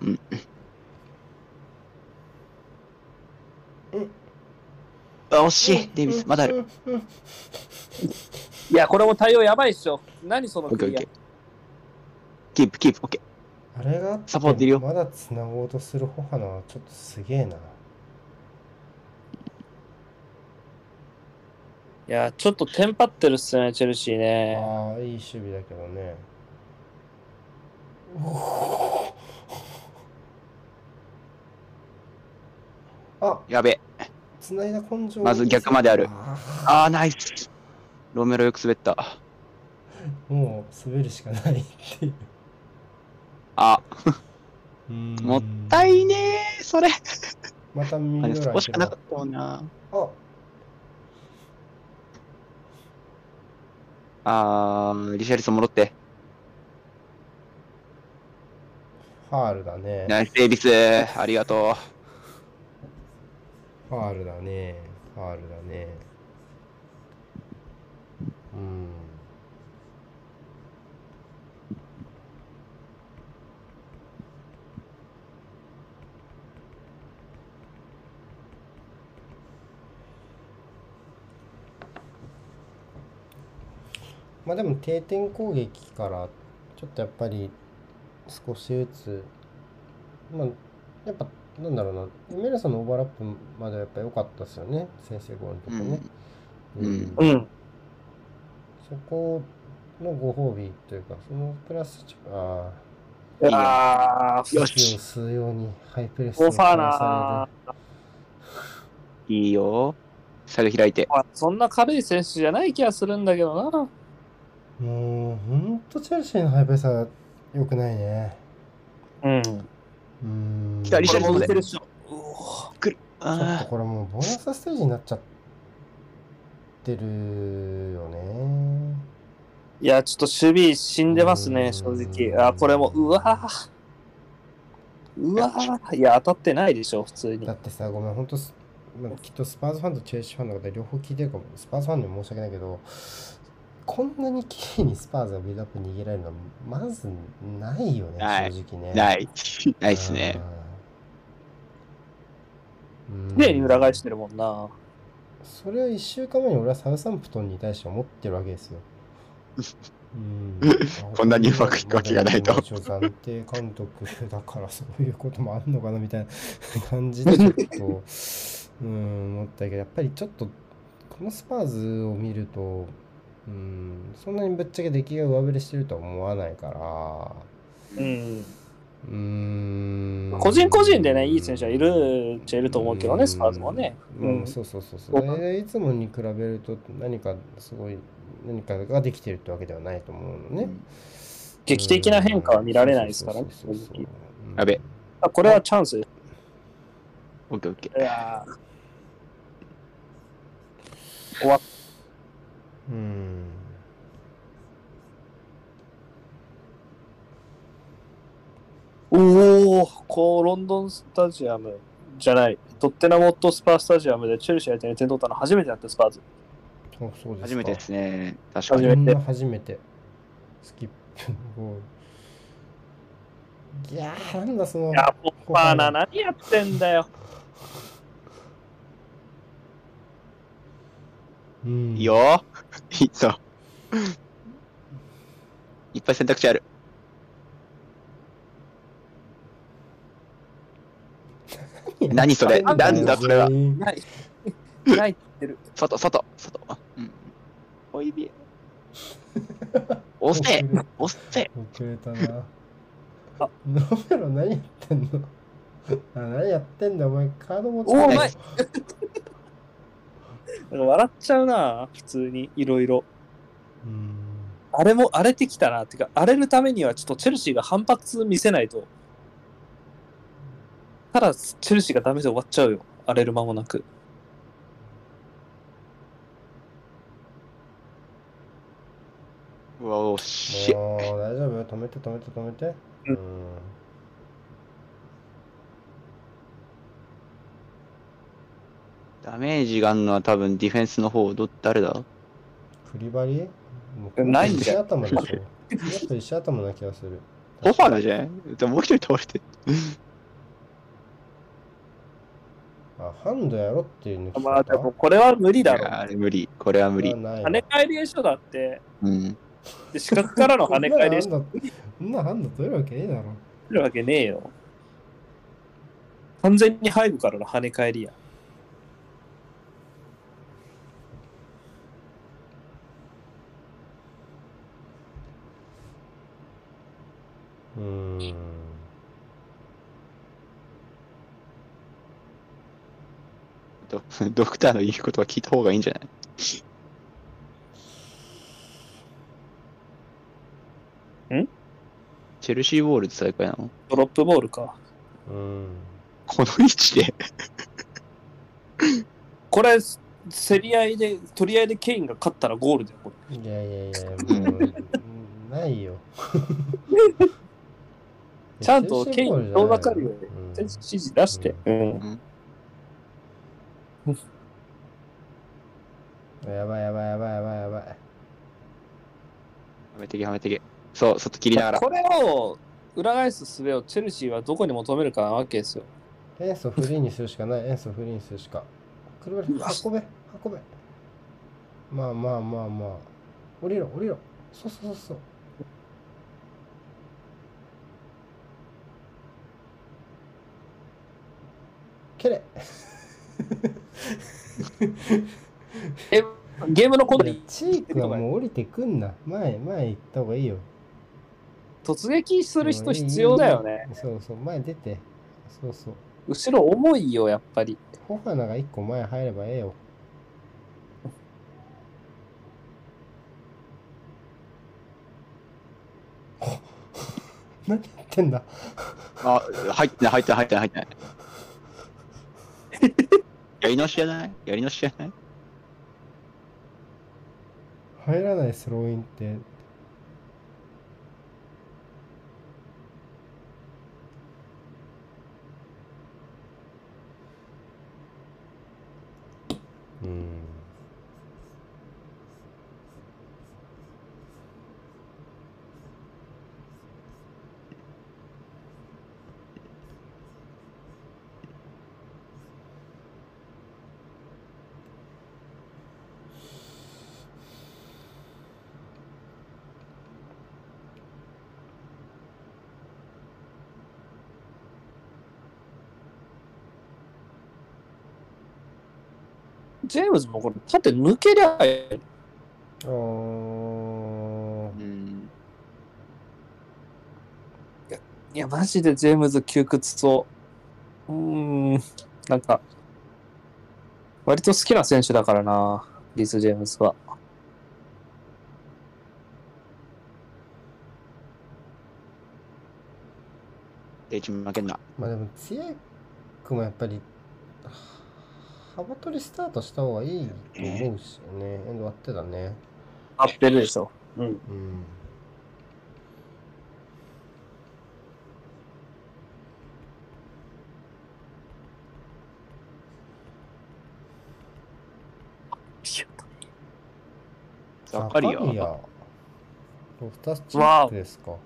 あ、惜しい、デイビス、まだある。
いや、これも対応やばいっしょ。何そのクリア。
キープ、オッケ
あれがあっ
サポートいるよ。
てまだ繋ごうとするホファナはちょっとすげえな。
いや、ちょっとテンパってるっすね、チェルシーね。
ああ、いい守備だけどね。あ、
やべ。
繋いだ根性。
まず逆まである。
あ
ナイス。ロメロよく滑った。
ーもう滑るしかないっていう。
もったいねー、それ。
また右ドラ
そこしかなかったもんな。リシャリソン戻って。
ファールだね。
ナイスエビス、ありがと
ファールだね。ファールだね。まあでも定点攻撃からちょっとやっぱり少しずつ、まあやっぱなんだろうな、エメルソンのオーバーラップまではやっぱ良かったですよね、先制ゴールのとこね。そこのご褒美というか、そのプラス
よ
息を吸うようにハイプレス
を返さ
れる。いいよ。下げ開いて。
そんな軽い選手じゃない気がするんだけどな。
もうほんとチェルシーのハイプレスは良くないね。
左下で。
来るっしょ。
ちょっとこれもうボーナスステージになっちゃってるよね。
いや、ちょっと守備死んでますね、正直。これも、いや、当たってないでしょ、普通に。
だってさ、ごめん、ほんと、きっとスパーズファンとチェルシーファンの方両方聞いてるかも。スパーズファンにも申し訳ないけど、こんなに綺麗にスパーズがビルドアップ逃げられるのはまずないよね、正直ね。
ないっすね。
綺麗に裏返してるもんな。
それは1週間前に俺はサウサンプトンに対して思ってるわけですよ。
こんなにうまくいくわけがないと。
暫定監督だからそういうこともあんのかなみたいな感じでちょっと思ったけど、やっぱりちょっとこのスパーズを見るとそんなにぶっちゃけ出来が上振れしてるとは思わないから。
個人個人でね、いい選手はいるっちゃいると思うけどね、スパーズもね。
そう。いつもに比べると何かができてるってわけではないと思うのね。
劇的な変化は見られないですからね。
やべ。
これはチャンスです。
オッケー。
いや終わっロンドンスタジアムじゃない、トッテナム・ホットスパースタジアムでチェルシー相手に点取ったの初めてだった、スパーズ。
そうですか。
初めてですね。確かに。
初めて。スキップゴール。いやー、なんだその。
いや、ポッパーな、何やってんだよ。
いいよ。いいぞ。いっぱい選択肢ある。何それ、なんだそれは。
ないって言る。
外。おいび。押せ。
遅れたな。ロメロ何やってんの何やってんだお前、カード持ち
お前笑っちゃうな、普通にいろいろ。あれも荒れてきたなっていうか、荒れるためにはちょっとチェルシーが反発見せないと。ただチェルシーがダメで終わっちゃうよ、荒れる間もなく。
うわ、おし。
大丈夫、止めて。
ダメージがあるのは多分ディフェンスの方、誰だ？
クリバリ
ないんだよ。
石頭でしょ。やっぱ石頭な気がする。
ホファナじゃん？もう一人倒れて。
ハンドやろっていう抜き方。
まあでもこれは無理だろ。
あれ無理。これは無理。
跳ね返りでしょだって。
で
四角からの跳ね返りでしょ。
そんなハンド取れるわけねえだろ。
るわけねえよ。完全に背後からの跳ね返りや。
ドクターの言うことは聞いた方がいいんじゃない？チェルシーボールで再開なの？
ドロップボールか。
この位置で
これ、競り合いで、取り合いでケインが勝ったらゴールだよ、これ。
いやいやいや、もう、ないよ。
ちゃんとケイン遠ざかるように指示出して。
やばいやばいやばいやばいやばい。
はめてけはめてけ。そう、外切りながら。
これを裏返す術をチェルシーはどこに求めるかなわけですよ。
エンソフリーにするしかない。エンソフリーにするしか。車で運べ運べ。まあまあまあまあ。降りろ降りろ。そうそうそうそう。蹴れ
ゲームのことに
チークはもう降りてくんな。前行った方がいいよ。
突撃する人必要だよね。
そうそう、前出て。そうそう。
後ろ重いよ、やっぱり。
フォファナが1個前入ればええよ。何やってんだ。
あ、入ってない入ってない入ってない入ってない。やり直しじゃない？やり直しじゃない？
入らないスローインって。
ジェームズもこれ縦抜けりゃいいやマジでジェームズ窮屈そう。なんか割と好きな選手だからな、リス・ジェームズは。
で一負けんな。
まあでも強くもやっぱり幅取りスタートした方がいいと思うしね。エンド割ってたね。
合ってるでしょ。
ザカリア。
ロフタスチックですか。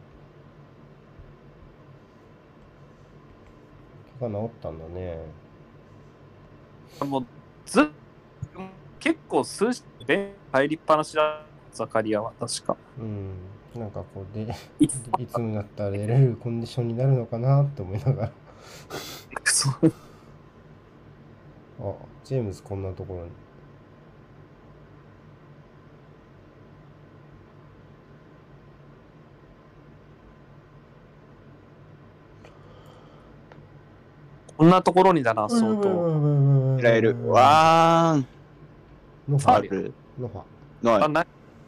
怪我治ったんだね。
もう結構数字で入りっぱなしだ、ザカリアは確か。
なんかこうでいつになったら出れるコンディションになるのかなって思いながらあ、ジェームズこんなところに。
こんなところにだな、相当。
狙える。わーん。
ノファ。ノファ。
ない。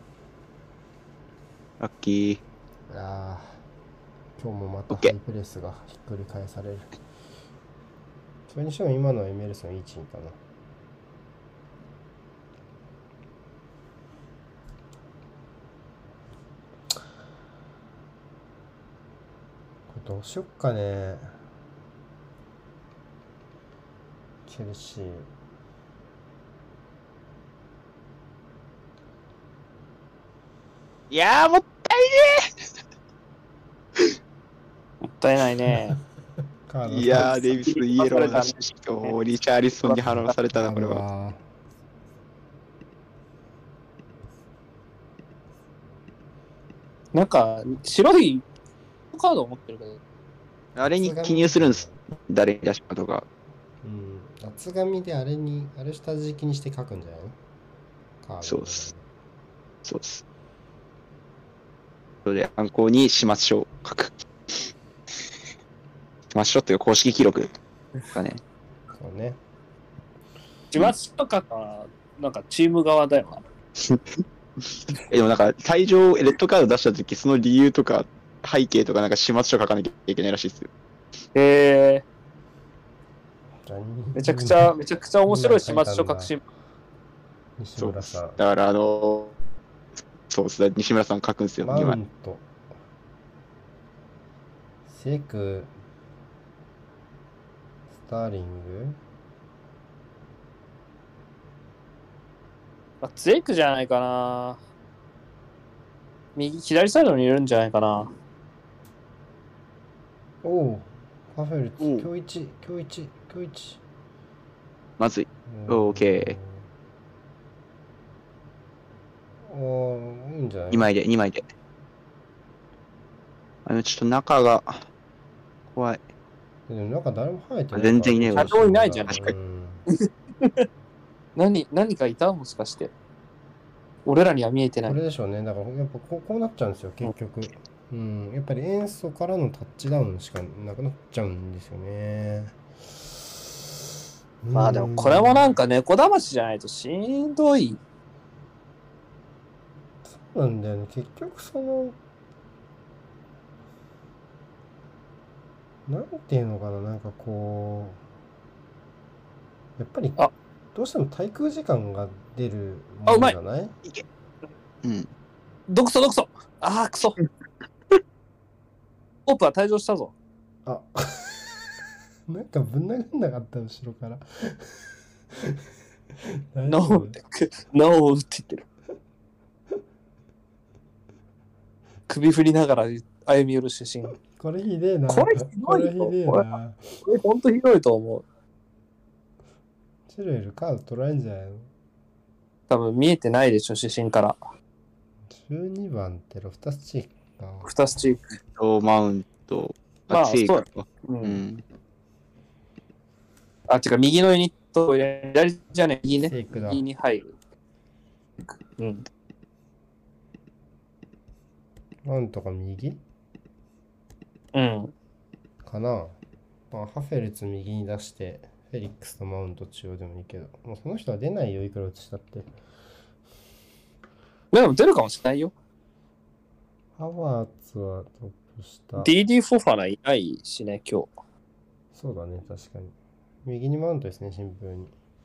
ラッキー。
今日もまたハイプレスがひっくり返される。それにしても今のエメルソンいいチームかな。これどうしよっかね。チェルシー。
いやー、もったい
ねもったいないね。
いやー、デイビス、イエローだし、しかもリチャーリソンに話されたな、これは。
なんか、白いカードを持ってるけど。
あれに記入するんです。誰に出したとか。
厚紙であれ下敷きにして書くんじゃないの？カード。
そうっす。そうです。それで、犯行に始末書を書く。始末書っていう公式記録がね。
そうね。
始末書とかが、なんかチーム側だよな。
でもなんか、退場、レッドカード出したとき、その理由とか、背景とか、なんか始末書書かなきゃいけないらしいですよ。
めちゃくちゃ面白い始末書書くし。
西村さん。
だからそうですね、西村さん書くんですよ、
マウント。セク、スターリング。
ゼイクじゃないかな。左サイドにいるんじゃないかな。
おお、カフェルツ、今日一。
まずい。OK。
いいんじゃない？
2枚で。ちょっと中が怖い。
でも中誰も入ってない。
全然いねえわ。
誰もいないじゃん。
確か
に。何かいた？もしかして。俺らには見えてない。
これでしょうね。だからやっぱこうなっちゃうんですよ、結局。やっぱり塩素からのタッチダウンしかなくなっちゃうんですよね。
まあでもこれもなんか猫だましじゃないとしんどい。
そうなんだよね。結局なんていうのかな、なんかこう、やっぱりどうしても滞空時間が出るものじゃない？
いけ。
どくそ。クソ。オープは退場したぞ。
なんかぶん殴んなかった後ろから。
ノーって言ってる。首振りながら歩み寄る主審。
これひでえな。
これひどいよ。これほんとひどいと思う。
チルエルカード取られんじゃないの？
多分見えてないでしょ、主審から。
12番ってロフタスチークか。
ロフタスチーク。
マウント。
そう。違う、右のユニット、左じゃね、右ね。右に入る。
マウントが右？かな。まあ、ハフェルツ右に出して、フェリックスとマウント中央でもいいけど、もうその人は出ないよ、いくら映したって。
でも出るかもしれないよ。
ハワーツはトップ下。
DD フォファナいないしね、今日。
そうだね、確かに。右にマウントですね、シンプルに。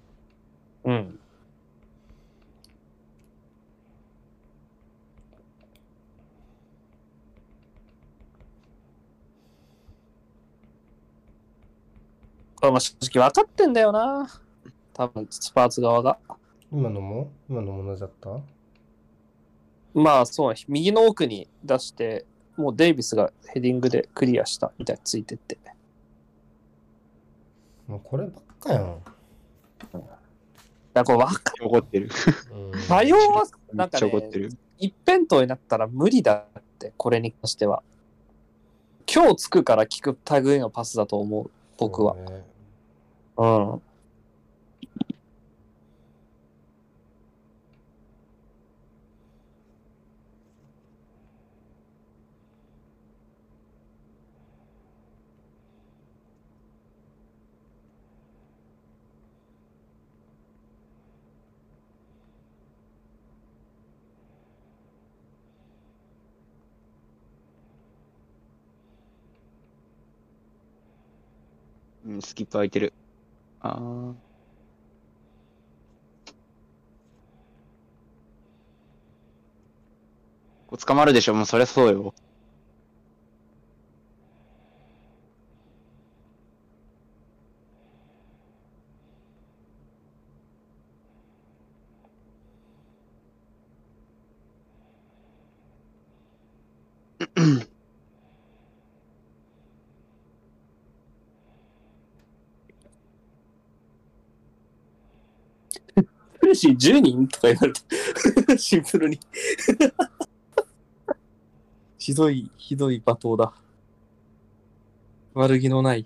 これも正直分かってんだよな。多分、スパーツ側が。
今のも同じだった？
まあ、そう、右の奥に出して、もうデイビスがヘディングでクリアしたみたいについてって。
もうこればっかやん。
だからこれ分か
怒ってる。
対応は、なんかね、一辺倒になったら無理だって、これに関しては。今日つくから聞く類のパスだと思う、僕は。
スキップ空いてる。捕まるでしょ、もうそりゃそうよ。
フレシー10人とか言われて、シンプルに。ひどい罵倒だ。 悪気のない。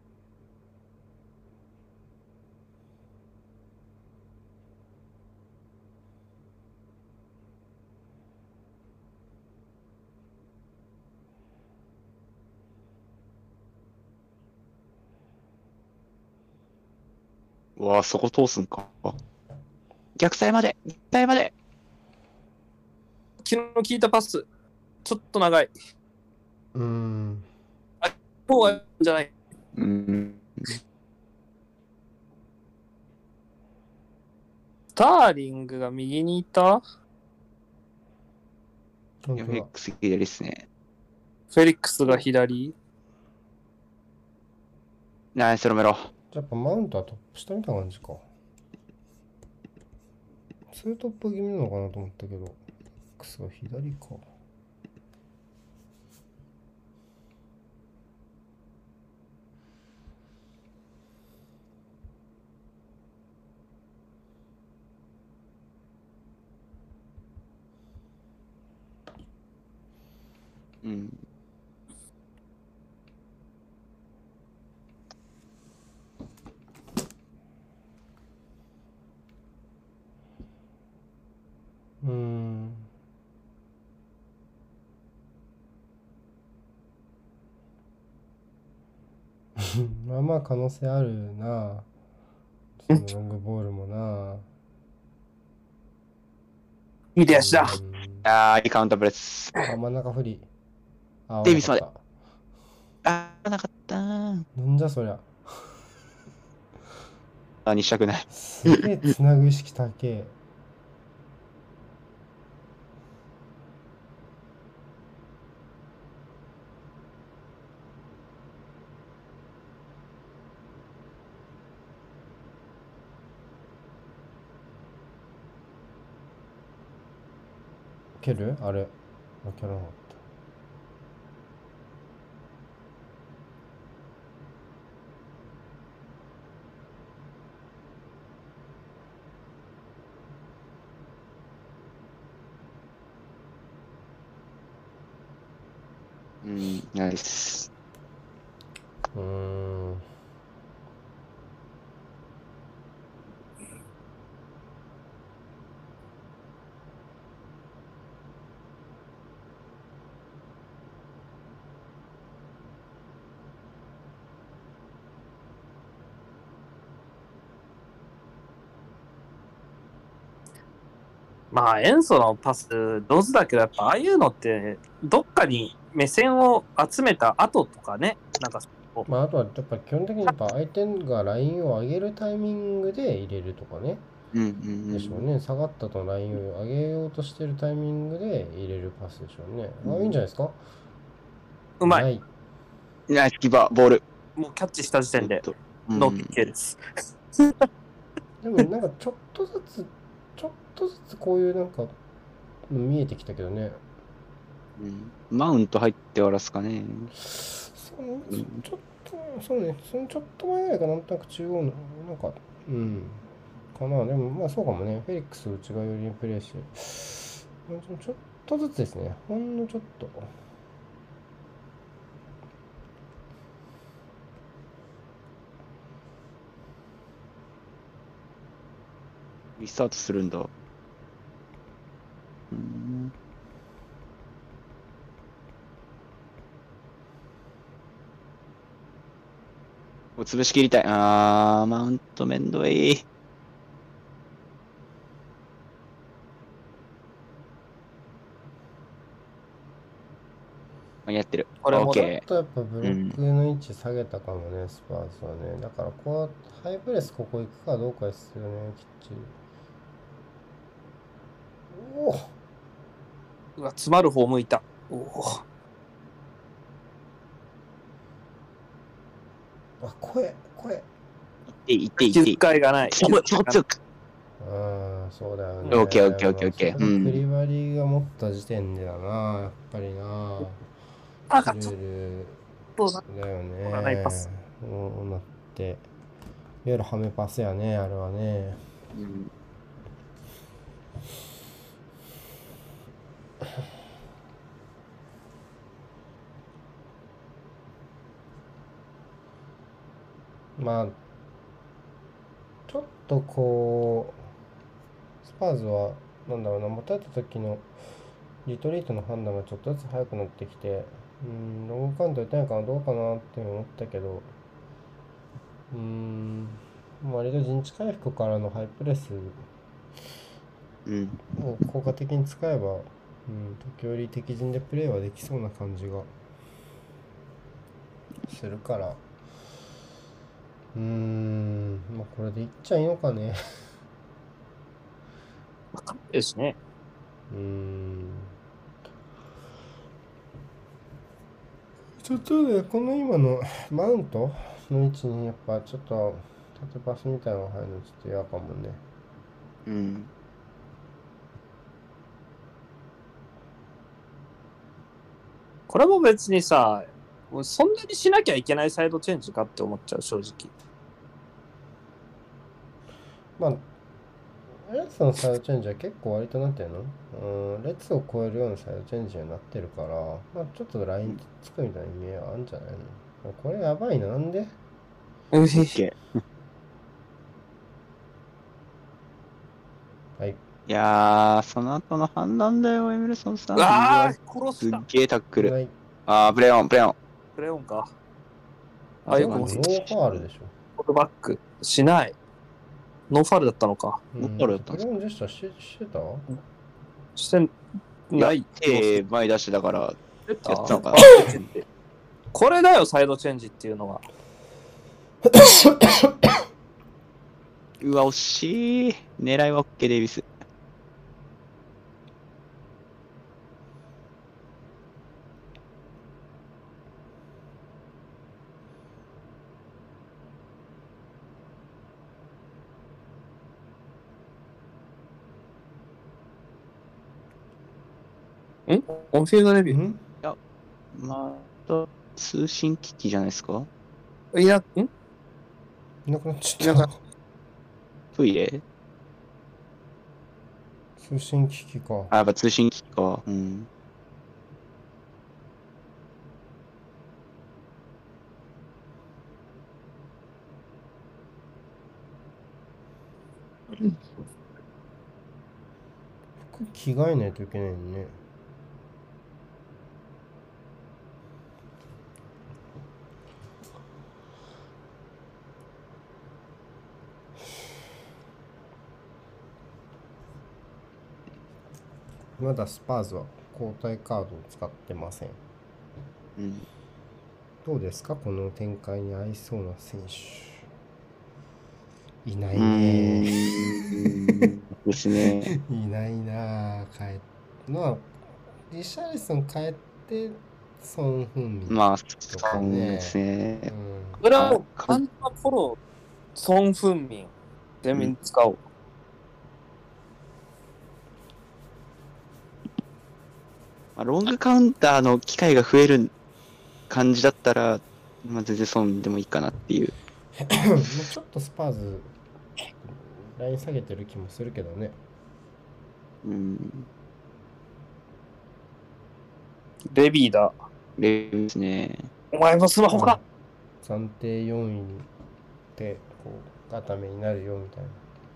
うわあ、そこ通すんか。逆サイまで、逆サイまで。
昨日聞いたパス、ちょっと長い。方がいいんじゃない。スターリングが右にいた。
フェリックス左ですね。
フェリックスが左。
ナイスロメロ。
やっぱマウントはトップ下みたいな感じか。ツートップ気味なのかなと思ったけど、X が左か。
うん。
まあまあ可能性あるな。そのロングボールもな。
右足だ。
いいカウンタープレス。
真ん中振り。
デイビスまで。なかった。
なんじゃそりゃ。
にしたくない。
すげえつなぐ意識高え。蹴るあれ。蹴らなかった。
ナイス。
まあ、塩素のパス上手だけど、やっぱああいうのって、どっかに目線を集めた後とかね、なんか
まああとはやっぱ基本的にやっぱ相手がラインを上げるタイミングで入れるとかね。でしょうね。下がったとラインを上げようとしてるタイミングで入れるパスでしょうね。いいんじゃないですか。
うまい。
ナイスキーパー、ボール。
もうキャッチした時点で、ノー PK です。
でもなんかちょっとずつこういうなんか見えてきたけどね。
マウント入ってわらすかね。
ちょっと、そうね、そのちょっと前ぐらいかなんとなく中央の、なんか、かな。でもまあそうかもね。フェリックス内側寄りにプレーして、ちょっとずつですね。ほんのちょっと。
リスタートするんだ。潰しきりたい。マウントめんどい。間に合ってる。
これも
ちょっとやっぱブロックの位置下げたかもね、スパーズはね。だからこう、ハイプレスここ行くかどうかですよね、きっちり。おお、
うわ、詰まる方向いた。おお。
声。
いって。
気遣いがない。
そこ強く。
そうだよね。
オッケー。
クリバリが持った時点でだな、やっぱりな。ルールだよね。そうなって。いわゆるハメパスやね、あれはね。 まあちょっとこうスパーズはなんだろうな、持たれた時のリトリートの判断がちょっとずつ速くなってきて、ロングカウント打てないかな、どうかなって思ったけど、割と陣地回復からのハイプレス
うん。
を効果的に使えば、時折敵陣でプレーはできそうな感じがするから、まあこれでいっちゃいいのかね。
ですね。
ちょっとね、この今のマウントの位置にやっぱちょっと縦パスみたいなのが入るのちょっと嫌かもね。
うん。
これも別にさ、もうそんなにしなきゃいけないサイドチェンジかって思っちゃう、正直。
まあ、レッツのサイドチェンジは結構割となんていうの、レッツを超えるようなサイドチェンジになってるから、まあちょっとラインつくみたいな意味はあるんじゃないの。これやばいな、なんで
オッケー。
はい。
いやー、その後の判断だよ、エメルソンさん。
ああ、殺
すっ
した。
げータックル。
はい。
プレオン。
プレオンか。よく
ノ
も
ーファールでしょ。
フォールバックしない。ノーファールだったのか。
ノーファウルだったんですか。
プレオンジェスチャーしてた
してない。
手前出しだから、やってたのかな。
これだよ、サイドチェンジっていうのは。
うわ、惜しい。狙いは OK、デイビス。
オンフィールドレビュ
また、通信機器じゃないですか。
ー。いや、
いなくなっちゃった。
トイレ。
通信機器か。
やっぱ通信機器か。うん。
服着替えないといけないのね。まだスパーズは交代カードを使ってません。
うん。
どうですか、この展開に合いそうな選手。いないね。
ですね。
いないな。まあ、リシャリソン帰って、ソン・フンミン
まあ、
とか
そう
ね。
ですね。
これはもう、アンタフォロー、ソン・フンミン、全面使おう。
ロングカウンターの機会が増える感じだったら、全然損でもいいかなっていう。
ちょっとスパーズ、ライン下げてる気もするけどね。
レビーだ。
レビーですね。
お前もスマホか。
暫定4位にでこう固めになるよみたいな。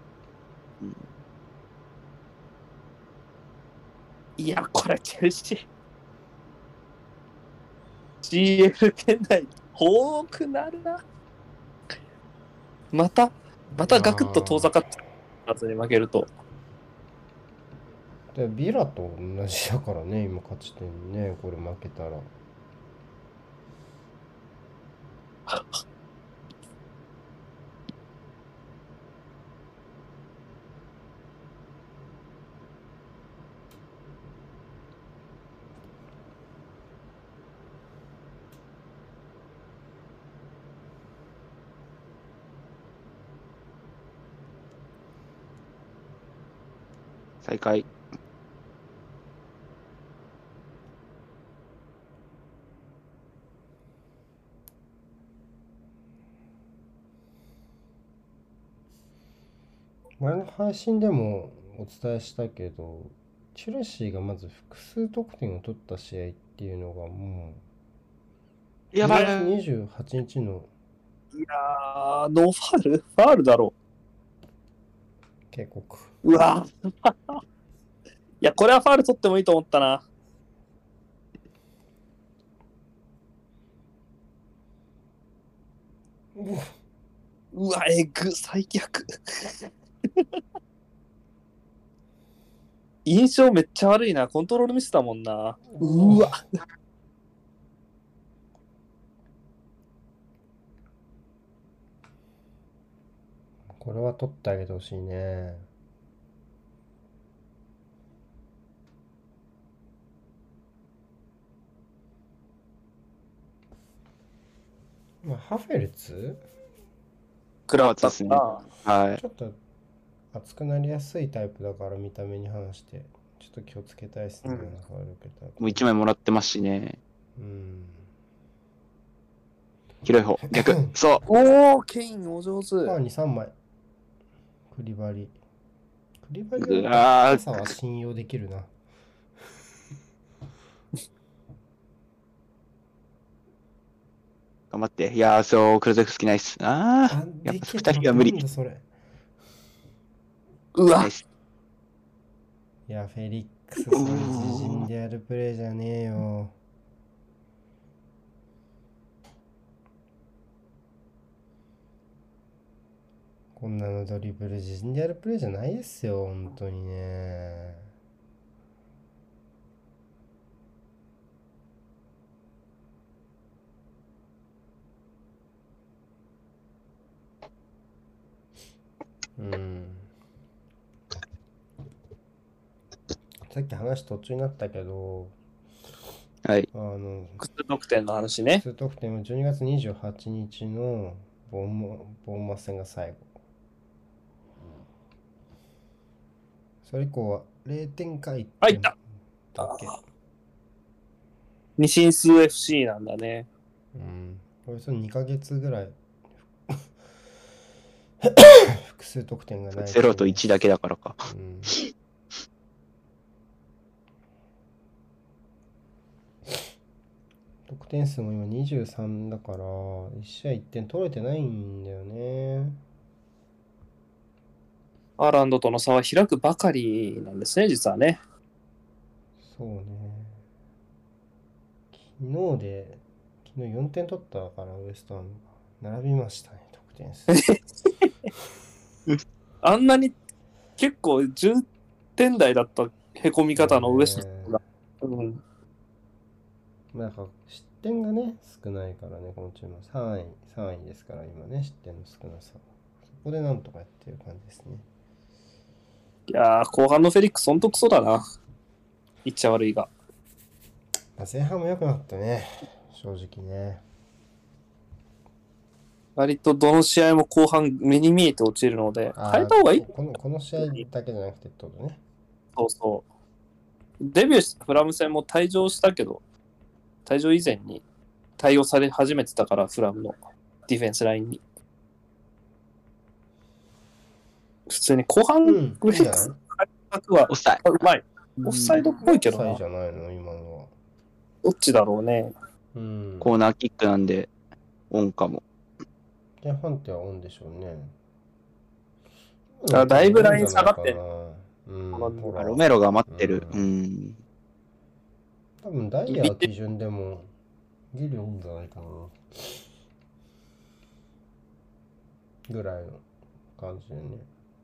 いや、これ、チェルシー。CL 圏内、多くなるな。またガクッと遠ざかって後に負けると。
でビラと同じだからね、今勝ち点ね、これ負けたら。
再開。
前の配信でもお伝えしたけど、チェルシーがまず複数得点を取った試合っていうのがもう
やばい。
2月28日の
やー、ノーファールファールだろ
警告。
う。うわいや、これはファール取ってもいいと思ったな。うわ、最悪。印象めっちゃ悪いな。コントロールミスだもんな。うわ。
これは取ってあげてほしいね。まあ、ハフェルツ
食らった
そうですねはい
ちょっと熱くなりやすいタイプだから見た目に反してちょっと気をつけたいですね。
うん
ファウル受けたら
もう1枚もらってますしね。
うん。
広い方、逆。そう。
おー、ケインお上手。
パーに3枚。クリバリ。クリバリ
う
は
わー
高さは信用できるな。
頑張って。いやー、そう、クルゼフスキナイス。あー、やっぱ2人は無理
なん。だそれ。
うわ
ナイ。ス。
いや、フェリックス、それ自陣でやるプレーじゃねえよ。こんなのドリブル自陣でやるプレーじゃないですよ、本当にね。うん。さっき話途中になったけど、
はい。
複数得点の話ね。
複数得点は12月28日のボンマス戦が最後。それ以降は0点か1点
入った
だけ。
二進数 FC なんだね。
うん。およそ2ヶ月ぐらい複数得点がない。
0と1だけだからか。
うん得点数も今23だから1試合1点取れてないんだよね。
アーランドとの差は開くばかりなんですね、実はね。
そうね。昨日4点取ったからウエストハムが並びましたね、得点数。
あんなに結構10点台だったへこみ方のウエストハムが。うん
なんか失点がね少ないからね、このチームは3位ですから今ね、失点の少なさ。そこでなんとかやってる感じですね。
いやー、後半のフェリックスほんとクソだな。言っちゃ悪いが。
まあ前半も良くなったね、正直ね。
割とどの試合も後半目に見えて落ちるので、変えた方がいい。
この試合だけじゃなくてってことね。
そうそう。デビューしたフラム戦も退場したけど、退場以前に対応され始めてたから、フラムのディフェンスラインに。普通に後半、
うん、いいんじゃない？
は
オフサイ
うまい。オフサイドっぽいけどな。
オフサイじゃないの今のは。
どっちだろうね。
うん。
コーナーキックなんで、オンかも。
前半手はオンでしょうね。
あだいぶライン下がって
うん、ほら
ロメロが待ってる。
う
うんん。
多分ダイヤ基準でもギリオンじゃないかなぐらいの感じでね。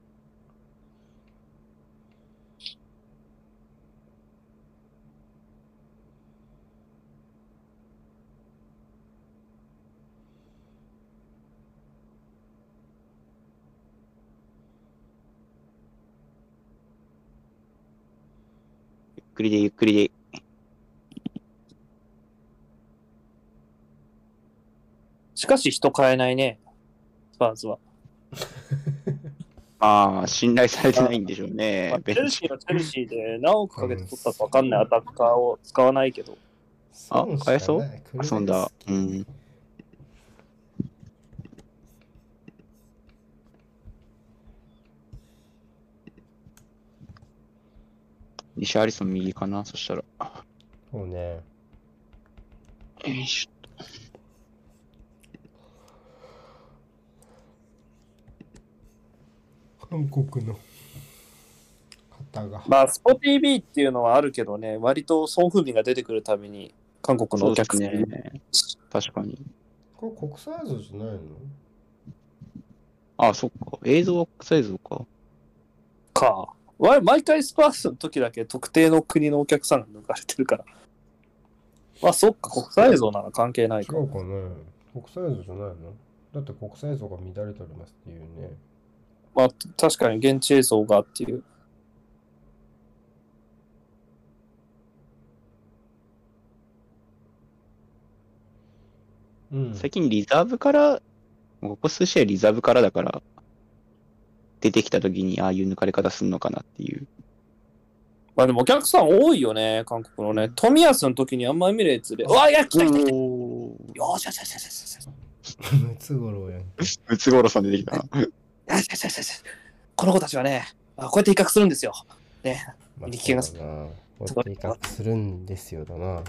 ゆっくりでゆっくりで。
しかし人変えないね。スパーズは。
まあ、信頼されてないんでしょうね。
チェルシ
ベンチ。
ーはチェルシーで何億かけて取ったか分かんないアタッカーを使わないけど。
あ
損しか
変えそう
ないクルゼ
遊んだ
フス。キ
うん。西アリソン右かなそしたら。
そうね。
よいしょ
韓国の方が。
まあ、スポ TV っていうのはあるけどね、割とソン・フンミンが出てくるたびに韓国の
そうです
お客さん
ね。確かに。
これ国際映像じゃないの？
あ、そっか。映像は国際映像か。
か。毎回スパースの時だけ特定の国のお客さんが抜かれてるから。まあ、そっか、国際映像なら関係ないか。
違うかね。国際映像じゃないの？だって国際映像が乱れておりますっていうね。
まあ、確かに現地映像がっていう。
うん。
最近リザーブから、ここ数試合リザーブからだから、出てきた時にああいう抜かれ方すんのかなっていう。
まあでもお客さん多いよね、韓国のね。冨安の時にあんまエミレーツで。うわ、いや、来た来た来た。よーしよしよしよしよし。
ムツゴロウやん。
ムツゴロウさん出てきたな。
よしよしよしよし。この子たちはね、こうやって威嚇するんですよ。ね。
まあ、
力が
そうだな。こうやって威嚇するんですよだな。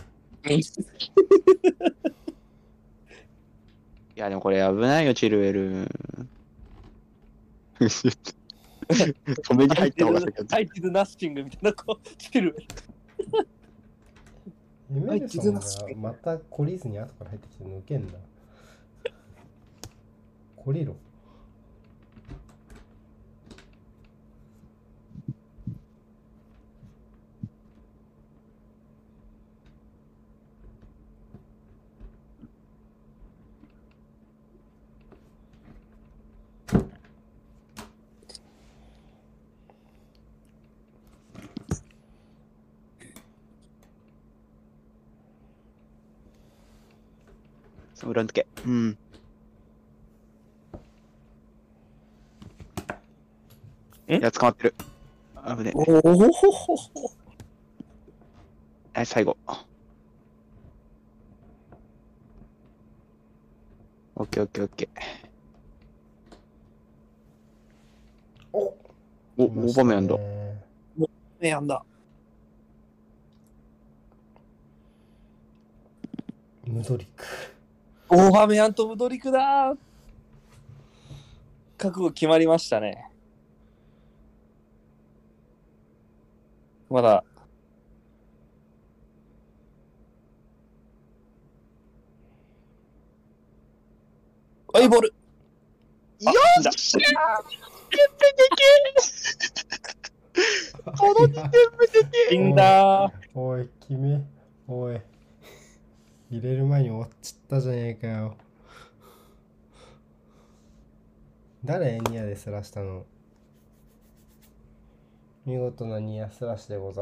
いや、でもこれ危ないよ、チルウェル。止めに入った方が先だった。
I did nothing みたいな子してる。
エメルソンがまた懲りずに後から入ってきて抜けんな。懲りろ。
そう、裏抜け。うん。いや、捕まってる。危ねえ。
おお。
はい、最後。オッケーオッケーオッケー。
お
オーバーメヤンだ。
ねやんだ。
ムドリク。
オーバーメヤンとムドリクだ。覚悟決まりましたね。まだ。アイボール。
よしこの2点目でけ
死んだ。
おい、君。おい。入れる前に終わっちったじゃねえかよ。誰ニアですらしたの？見事なニアスラッシュでござった。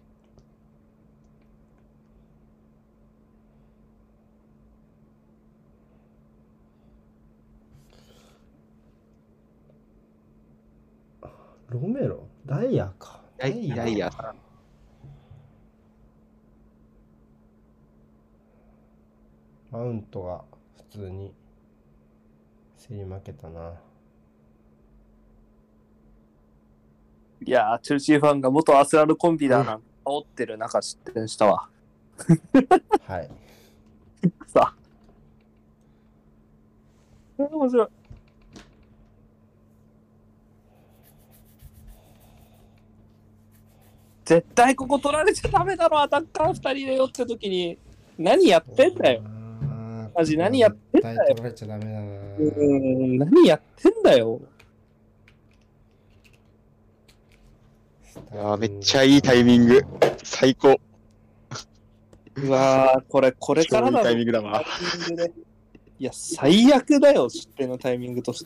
ロメロダイヤか。
ダイヤ。
マウントが普通に競り負けたな。
いやー、チェルシーファンが元アーセナルコンビだなんて煽ってる中失点したわ。
はい。
さあ。面白い。絶対ここ取られちゃダメだろ、アタッカー2人でよって時に。何やってんだよ。マジ何やってんだよ。
絶対取られちゃダメだな。
何やってんだよ。
いやめっちゃいいタイミング。最高。
うわー、これからだ
タイミングだわ。
いや、最悪だよ、失点のタイミングとして。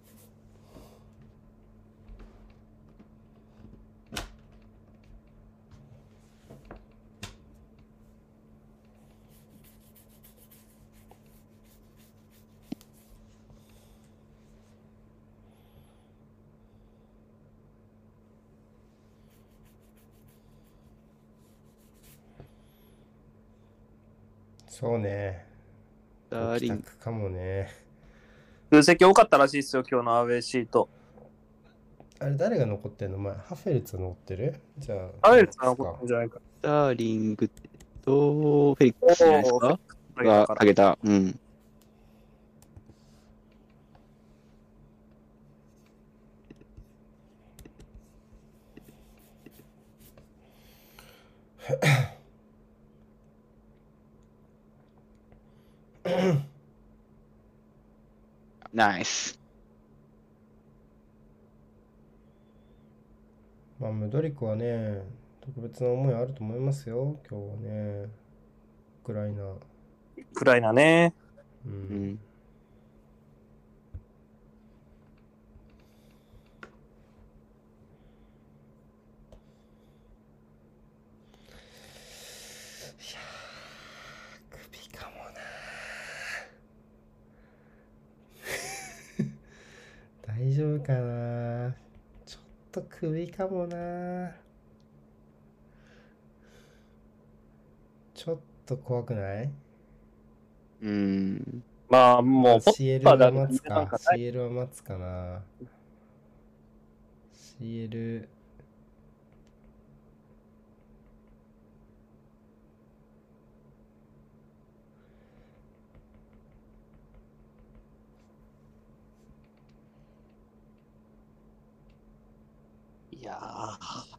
そうね。
ダーリン。
帰宅かもね。
空席多かったらしいですよ、今日のアウェーシート。
あれ誰が残ってんの？前ハフェルツ残ってる？じゃあ。
ハフェルツが残ってるんじゃないか。
ダーリングとフェリックスじゃないですかが上げた。うん。 ナイス。
まあ、ムドリクはね、特別な思いあると思いますよ、今日はね。ウクライナ。
ウクライナね。
う。
うんん。
首かもな。大丈夫かな。ちょっと首かもな。ちょっと怖くない？
うん。
まあ、もう、ポッ
CL
ターで
は
ある理由なん
待つか。
かない。
CL は待つかな。CL。
いやー。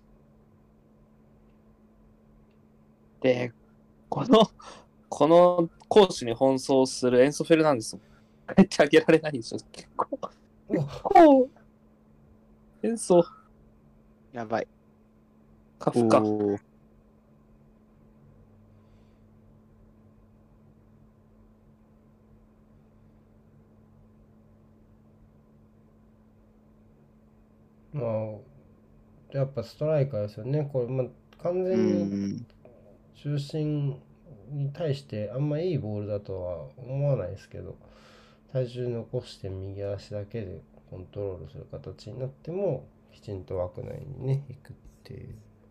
で、この攻守に奔走するエンソ・フェルナンデスも帰ってあげられないでしょ。結
うわ、
構、エンソ、
やばい。
カフカ。
おー。
まあ、やっぱストライカーですよね。これ、まあ、完
う
全に
ん。
中心に対してあんまいいボールだとは思わないですけど、体重残して右足だけでコントロールする形になってもきちんと枠内にね行くっていう。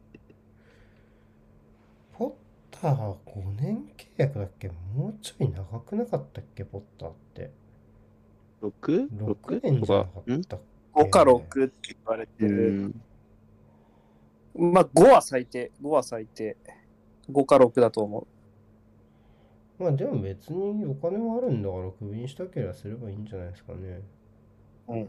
ポッターは5年契約だっけ？もうちょい長くなかったっけポッターって。
6?6
6年
とか。
じゃなかったっ
5か
け？
6って言われて
う
る。
ん。
まあ、5は最低。5は最低。5か6だと思
まあでも別にお金はあるんだからクビにしたければすればいいんじゃないですかね。
う。うん。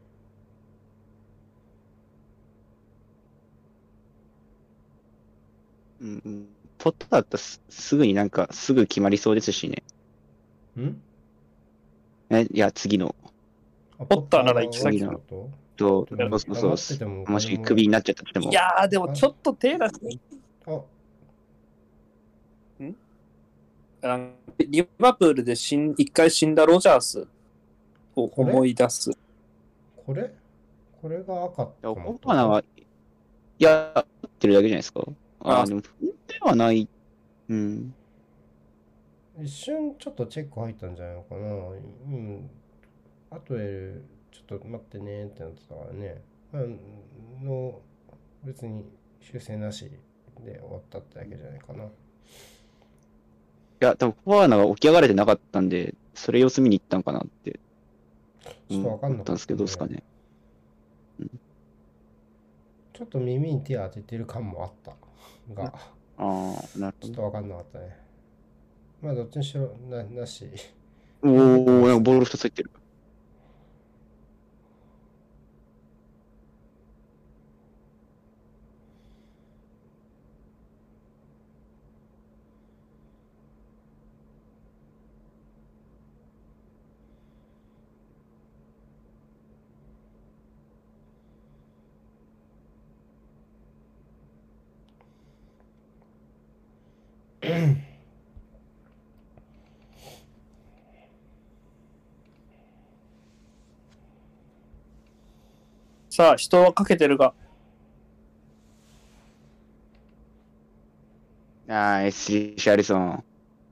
うん。ポットだったらすぐになんか、すぐ決まりそうですしね。
ん
いや、次の、
あ、
ポッターなら
が
行き先
次の、
ってこと
と、
でも
そうそうそ
黙っててもお
う。も
金もら
しクビになっちゃったとしても、
いやー、でもちょっと手出して
あ、
リバプールで一回死んだロジャースを思い出す。
これこれが赤
いや、
かもってこと？
本当は、いや、合ってるだけじゃないですか。
あ
でも、本当ではない。うん。
一瞬ちょっとチェック入ったんじゃないのかな。うん。後でちょっと待ってねってなってたからね。別に修正なしで終わったってだけじゃないかな。
いや、多分フォアナが起き上がれてなかったんで、それ様子見に行ったんかなって
ちょっとわかんなかった
思ったんですけど、どうですか
ね。
ね。
ちょっと耳に手当ててる感もあったが、
ああ、なるほど。
ちょっとわかんなかったね。まあどっちにしろなし。
おー、なんかボール2つ入ってる。
さあ、人はかけてるが。
ナイス、リシャリソン。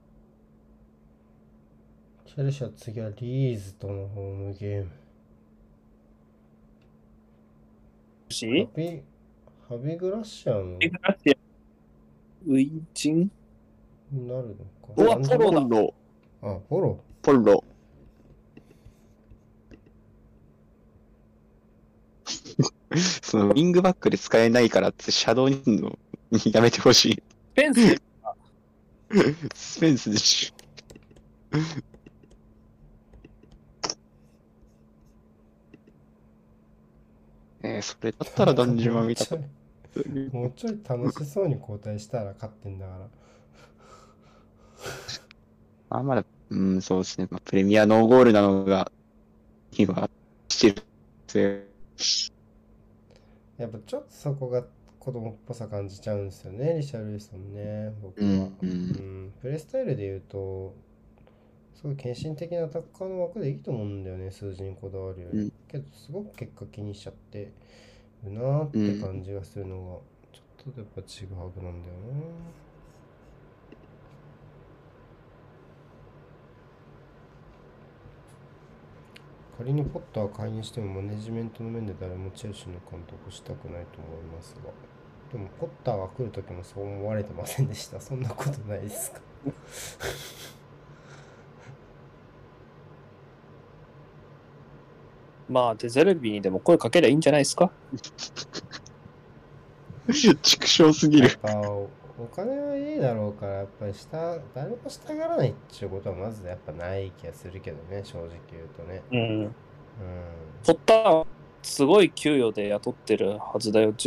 チェルシーは次はリーズとのホームゲーム。
し
ハビグラッシャーの
ウイチン
になるのか。
うわポロだ
あ、フォロ
ポロ。そのウィングバックで使えないからってシャドウにすんのやめてほしい。
ペンス
スペンスでしょ。それだったらダンジョンは見たかった。
もうちょい楽しそうに交代したら勝ってんだから。
まだ、そうですね。プレミアノーゴールなのが、今、してるせ
やっぱちょっとそこが子供っぽさ感じちゃうんですよね、リシャルリソンね、
い。
僕は。プレースタイルで言うと、すごい献身的なアタッカーの枠でいいと思うんだよね、数字にこだわるより。
うん、
けど、すごく結果気にしちゃってるなーって
うん。
感じがするのが、ちょっとやっぱ違うはずなんだよな。仮にポッターを介入してもマネジメントの面で誰もチェルシーの監督をしたくないと思いますが、でもポッターが来る時もそう思われてませんでした？そんなことないですか？
まあ、デゼルビーにでも声かけりゃいいんじゃないですか。
畜生すぎる。
やっぱお金はいいだろうから、やっぱり誰もしたがらないっていうことはまずやっぱない気がするけどね、正直言うとね。
うん。
う
ポッターはすごい給与で雇ってるはずだよ。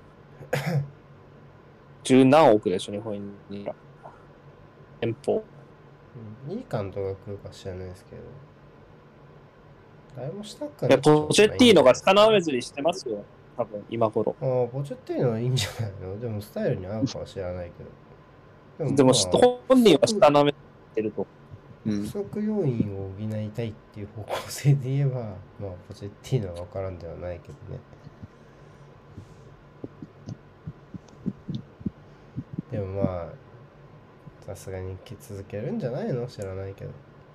十何億でしょ、日本に。年俸。
ん、いい監督が来るか知らないですけど、誰もしたく
いや、
ないってこ
ポチェッティー
とないんじゃ
ノが下
ないですかね。
の上ずりしてますよ。多分、今頃。
ああ、ポチェっていうのはいいんじゃないの？でもスタイルに合うかは知らないけど。で
でも、
もまあ、
本人は下の上てると。
不
うん。
足要因を補いたいっていう方向性で言えば、まあ、ポチェッティーノは分からんではないけどね。でもまあ、さすがに来続けるんじゃないの？知らないけど。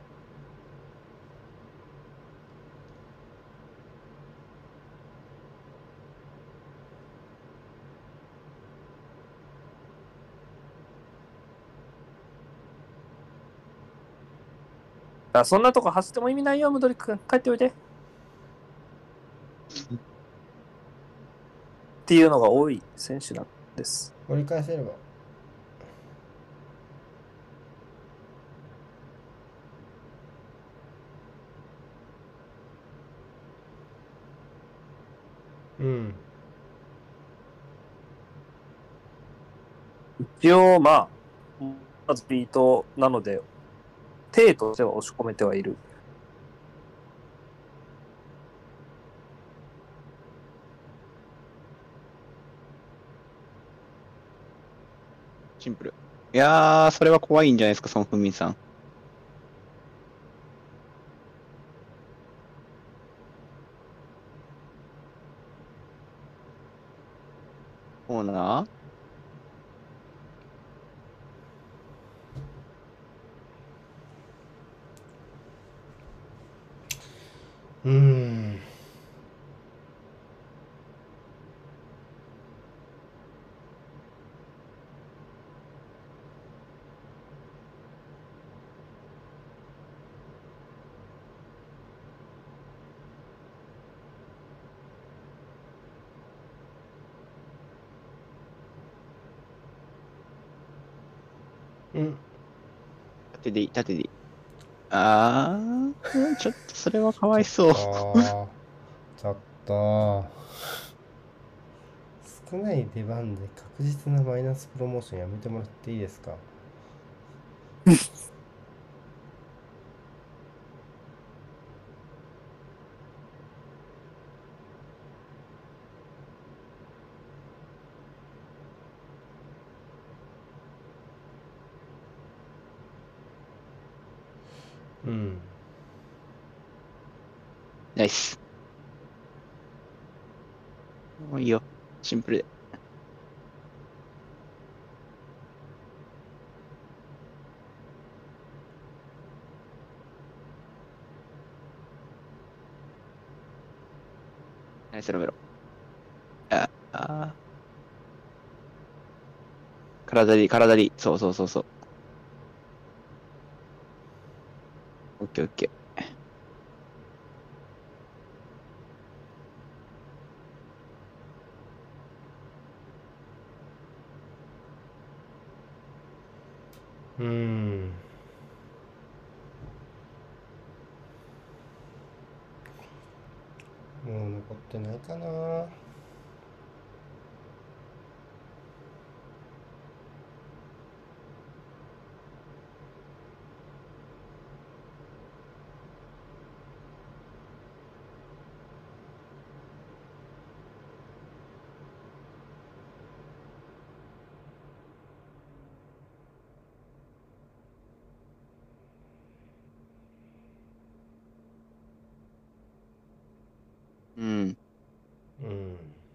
そんなとこ走っても意味ないよ、ムドリック君。帰っておいて。っていうのが多い選手なんです。
折り返せれば。うん。
一応、まずビートなので、手としては押し込めてはいる。
シンプル。いやー、それは怖いんじゃないですか、ソン・フンミンさん。そうな。
うーん。うん。
縦でいい、縦でいい。ちょっとそれはかわ
ちょっ
いそう。
と、ちょっと、少ない出番で確実なマイナスプロモーションやめてもらっていいですか？うん。
ナイス。もういいよ。シンプルで。ナイスロメロ。あー。体でいい、体でいい。そうそうそうそう。オッケーオッケ
うーん。もう残ってないかな。
うん。
うん。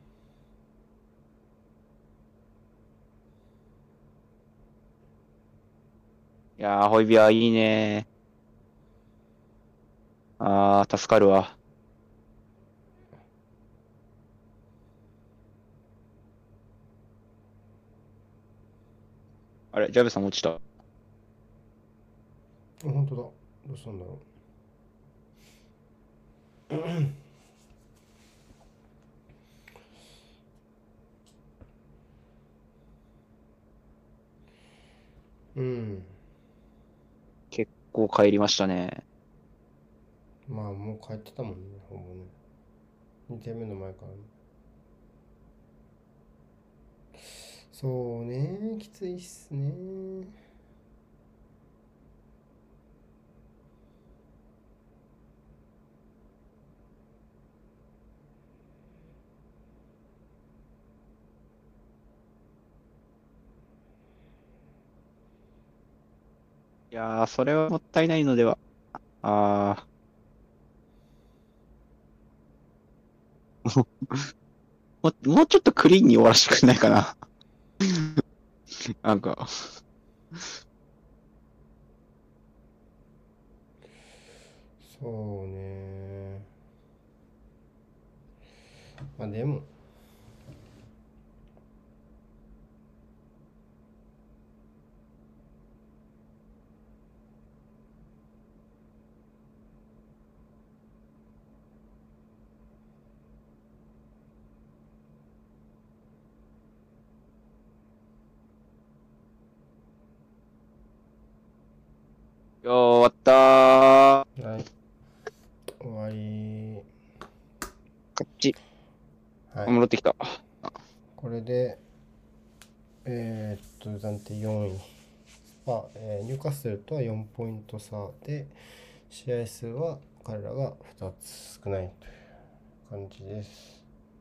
いやー、ホイビアいいね。あー、助かるわ。あれ、ジャブさん落ちた。
あ、本当だ。どうしたんだろう。うん。
結構帰りましたね。
まあもう帰ってたもんね、ほぼね。2点目の前からね。そうね、きついっすね。
いやー、それはもったいないのでは。あー、もうちょっとクリーンに終わらせてくれないかな。なんか、
そうね。まあでも、
よー、終わったー。
はい、終わり。
こっち。
はい。
戻ってきた。
これで、暫定4位。ニューカッスルとは4ポイント差で、試合数は彼らが2つ少ないという感じです。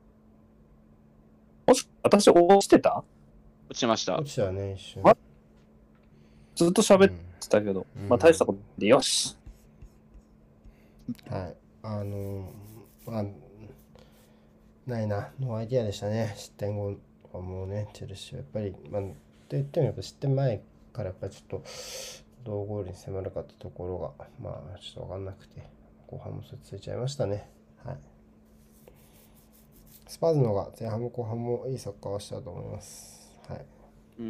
私落ちてた？
落ちました。
落ちたね、一瞬。
あずっと喋ってたけど、まあ大したことでよし。
はい。まあ、ないな、ノーアイディアでしたね。失点後はもうね、チェルシーはやっぱり、まあ、と言ってもやっぱ失点前からやっぱりちょっと、どうゴールに迫るかってところが、まあ、ちょっと分かんなくて、後半もそれついちゃいましたね。はい。スパーズの方が前半も後半もいいサッカーはしたと思います。はい。
うん。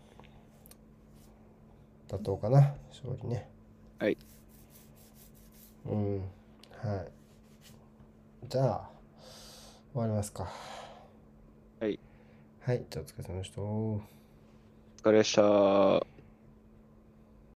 妥当かな、勝利ね。
はい。
うん。はい。じゃあ、終わりますか。
はい。
はい。じゃあ、お疲れ様でした。
お疲れ様でした。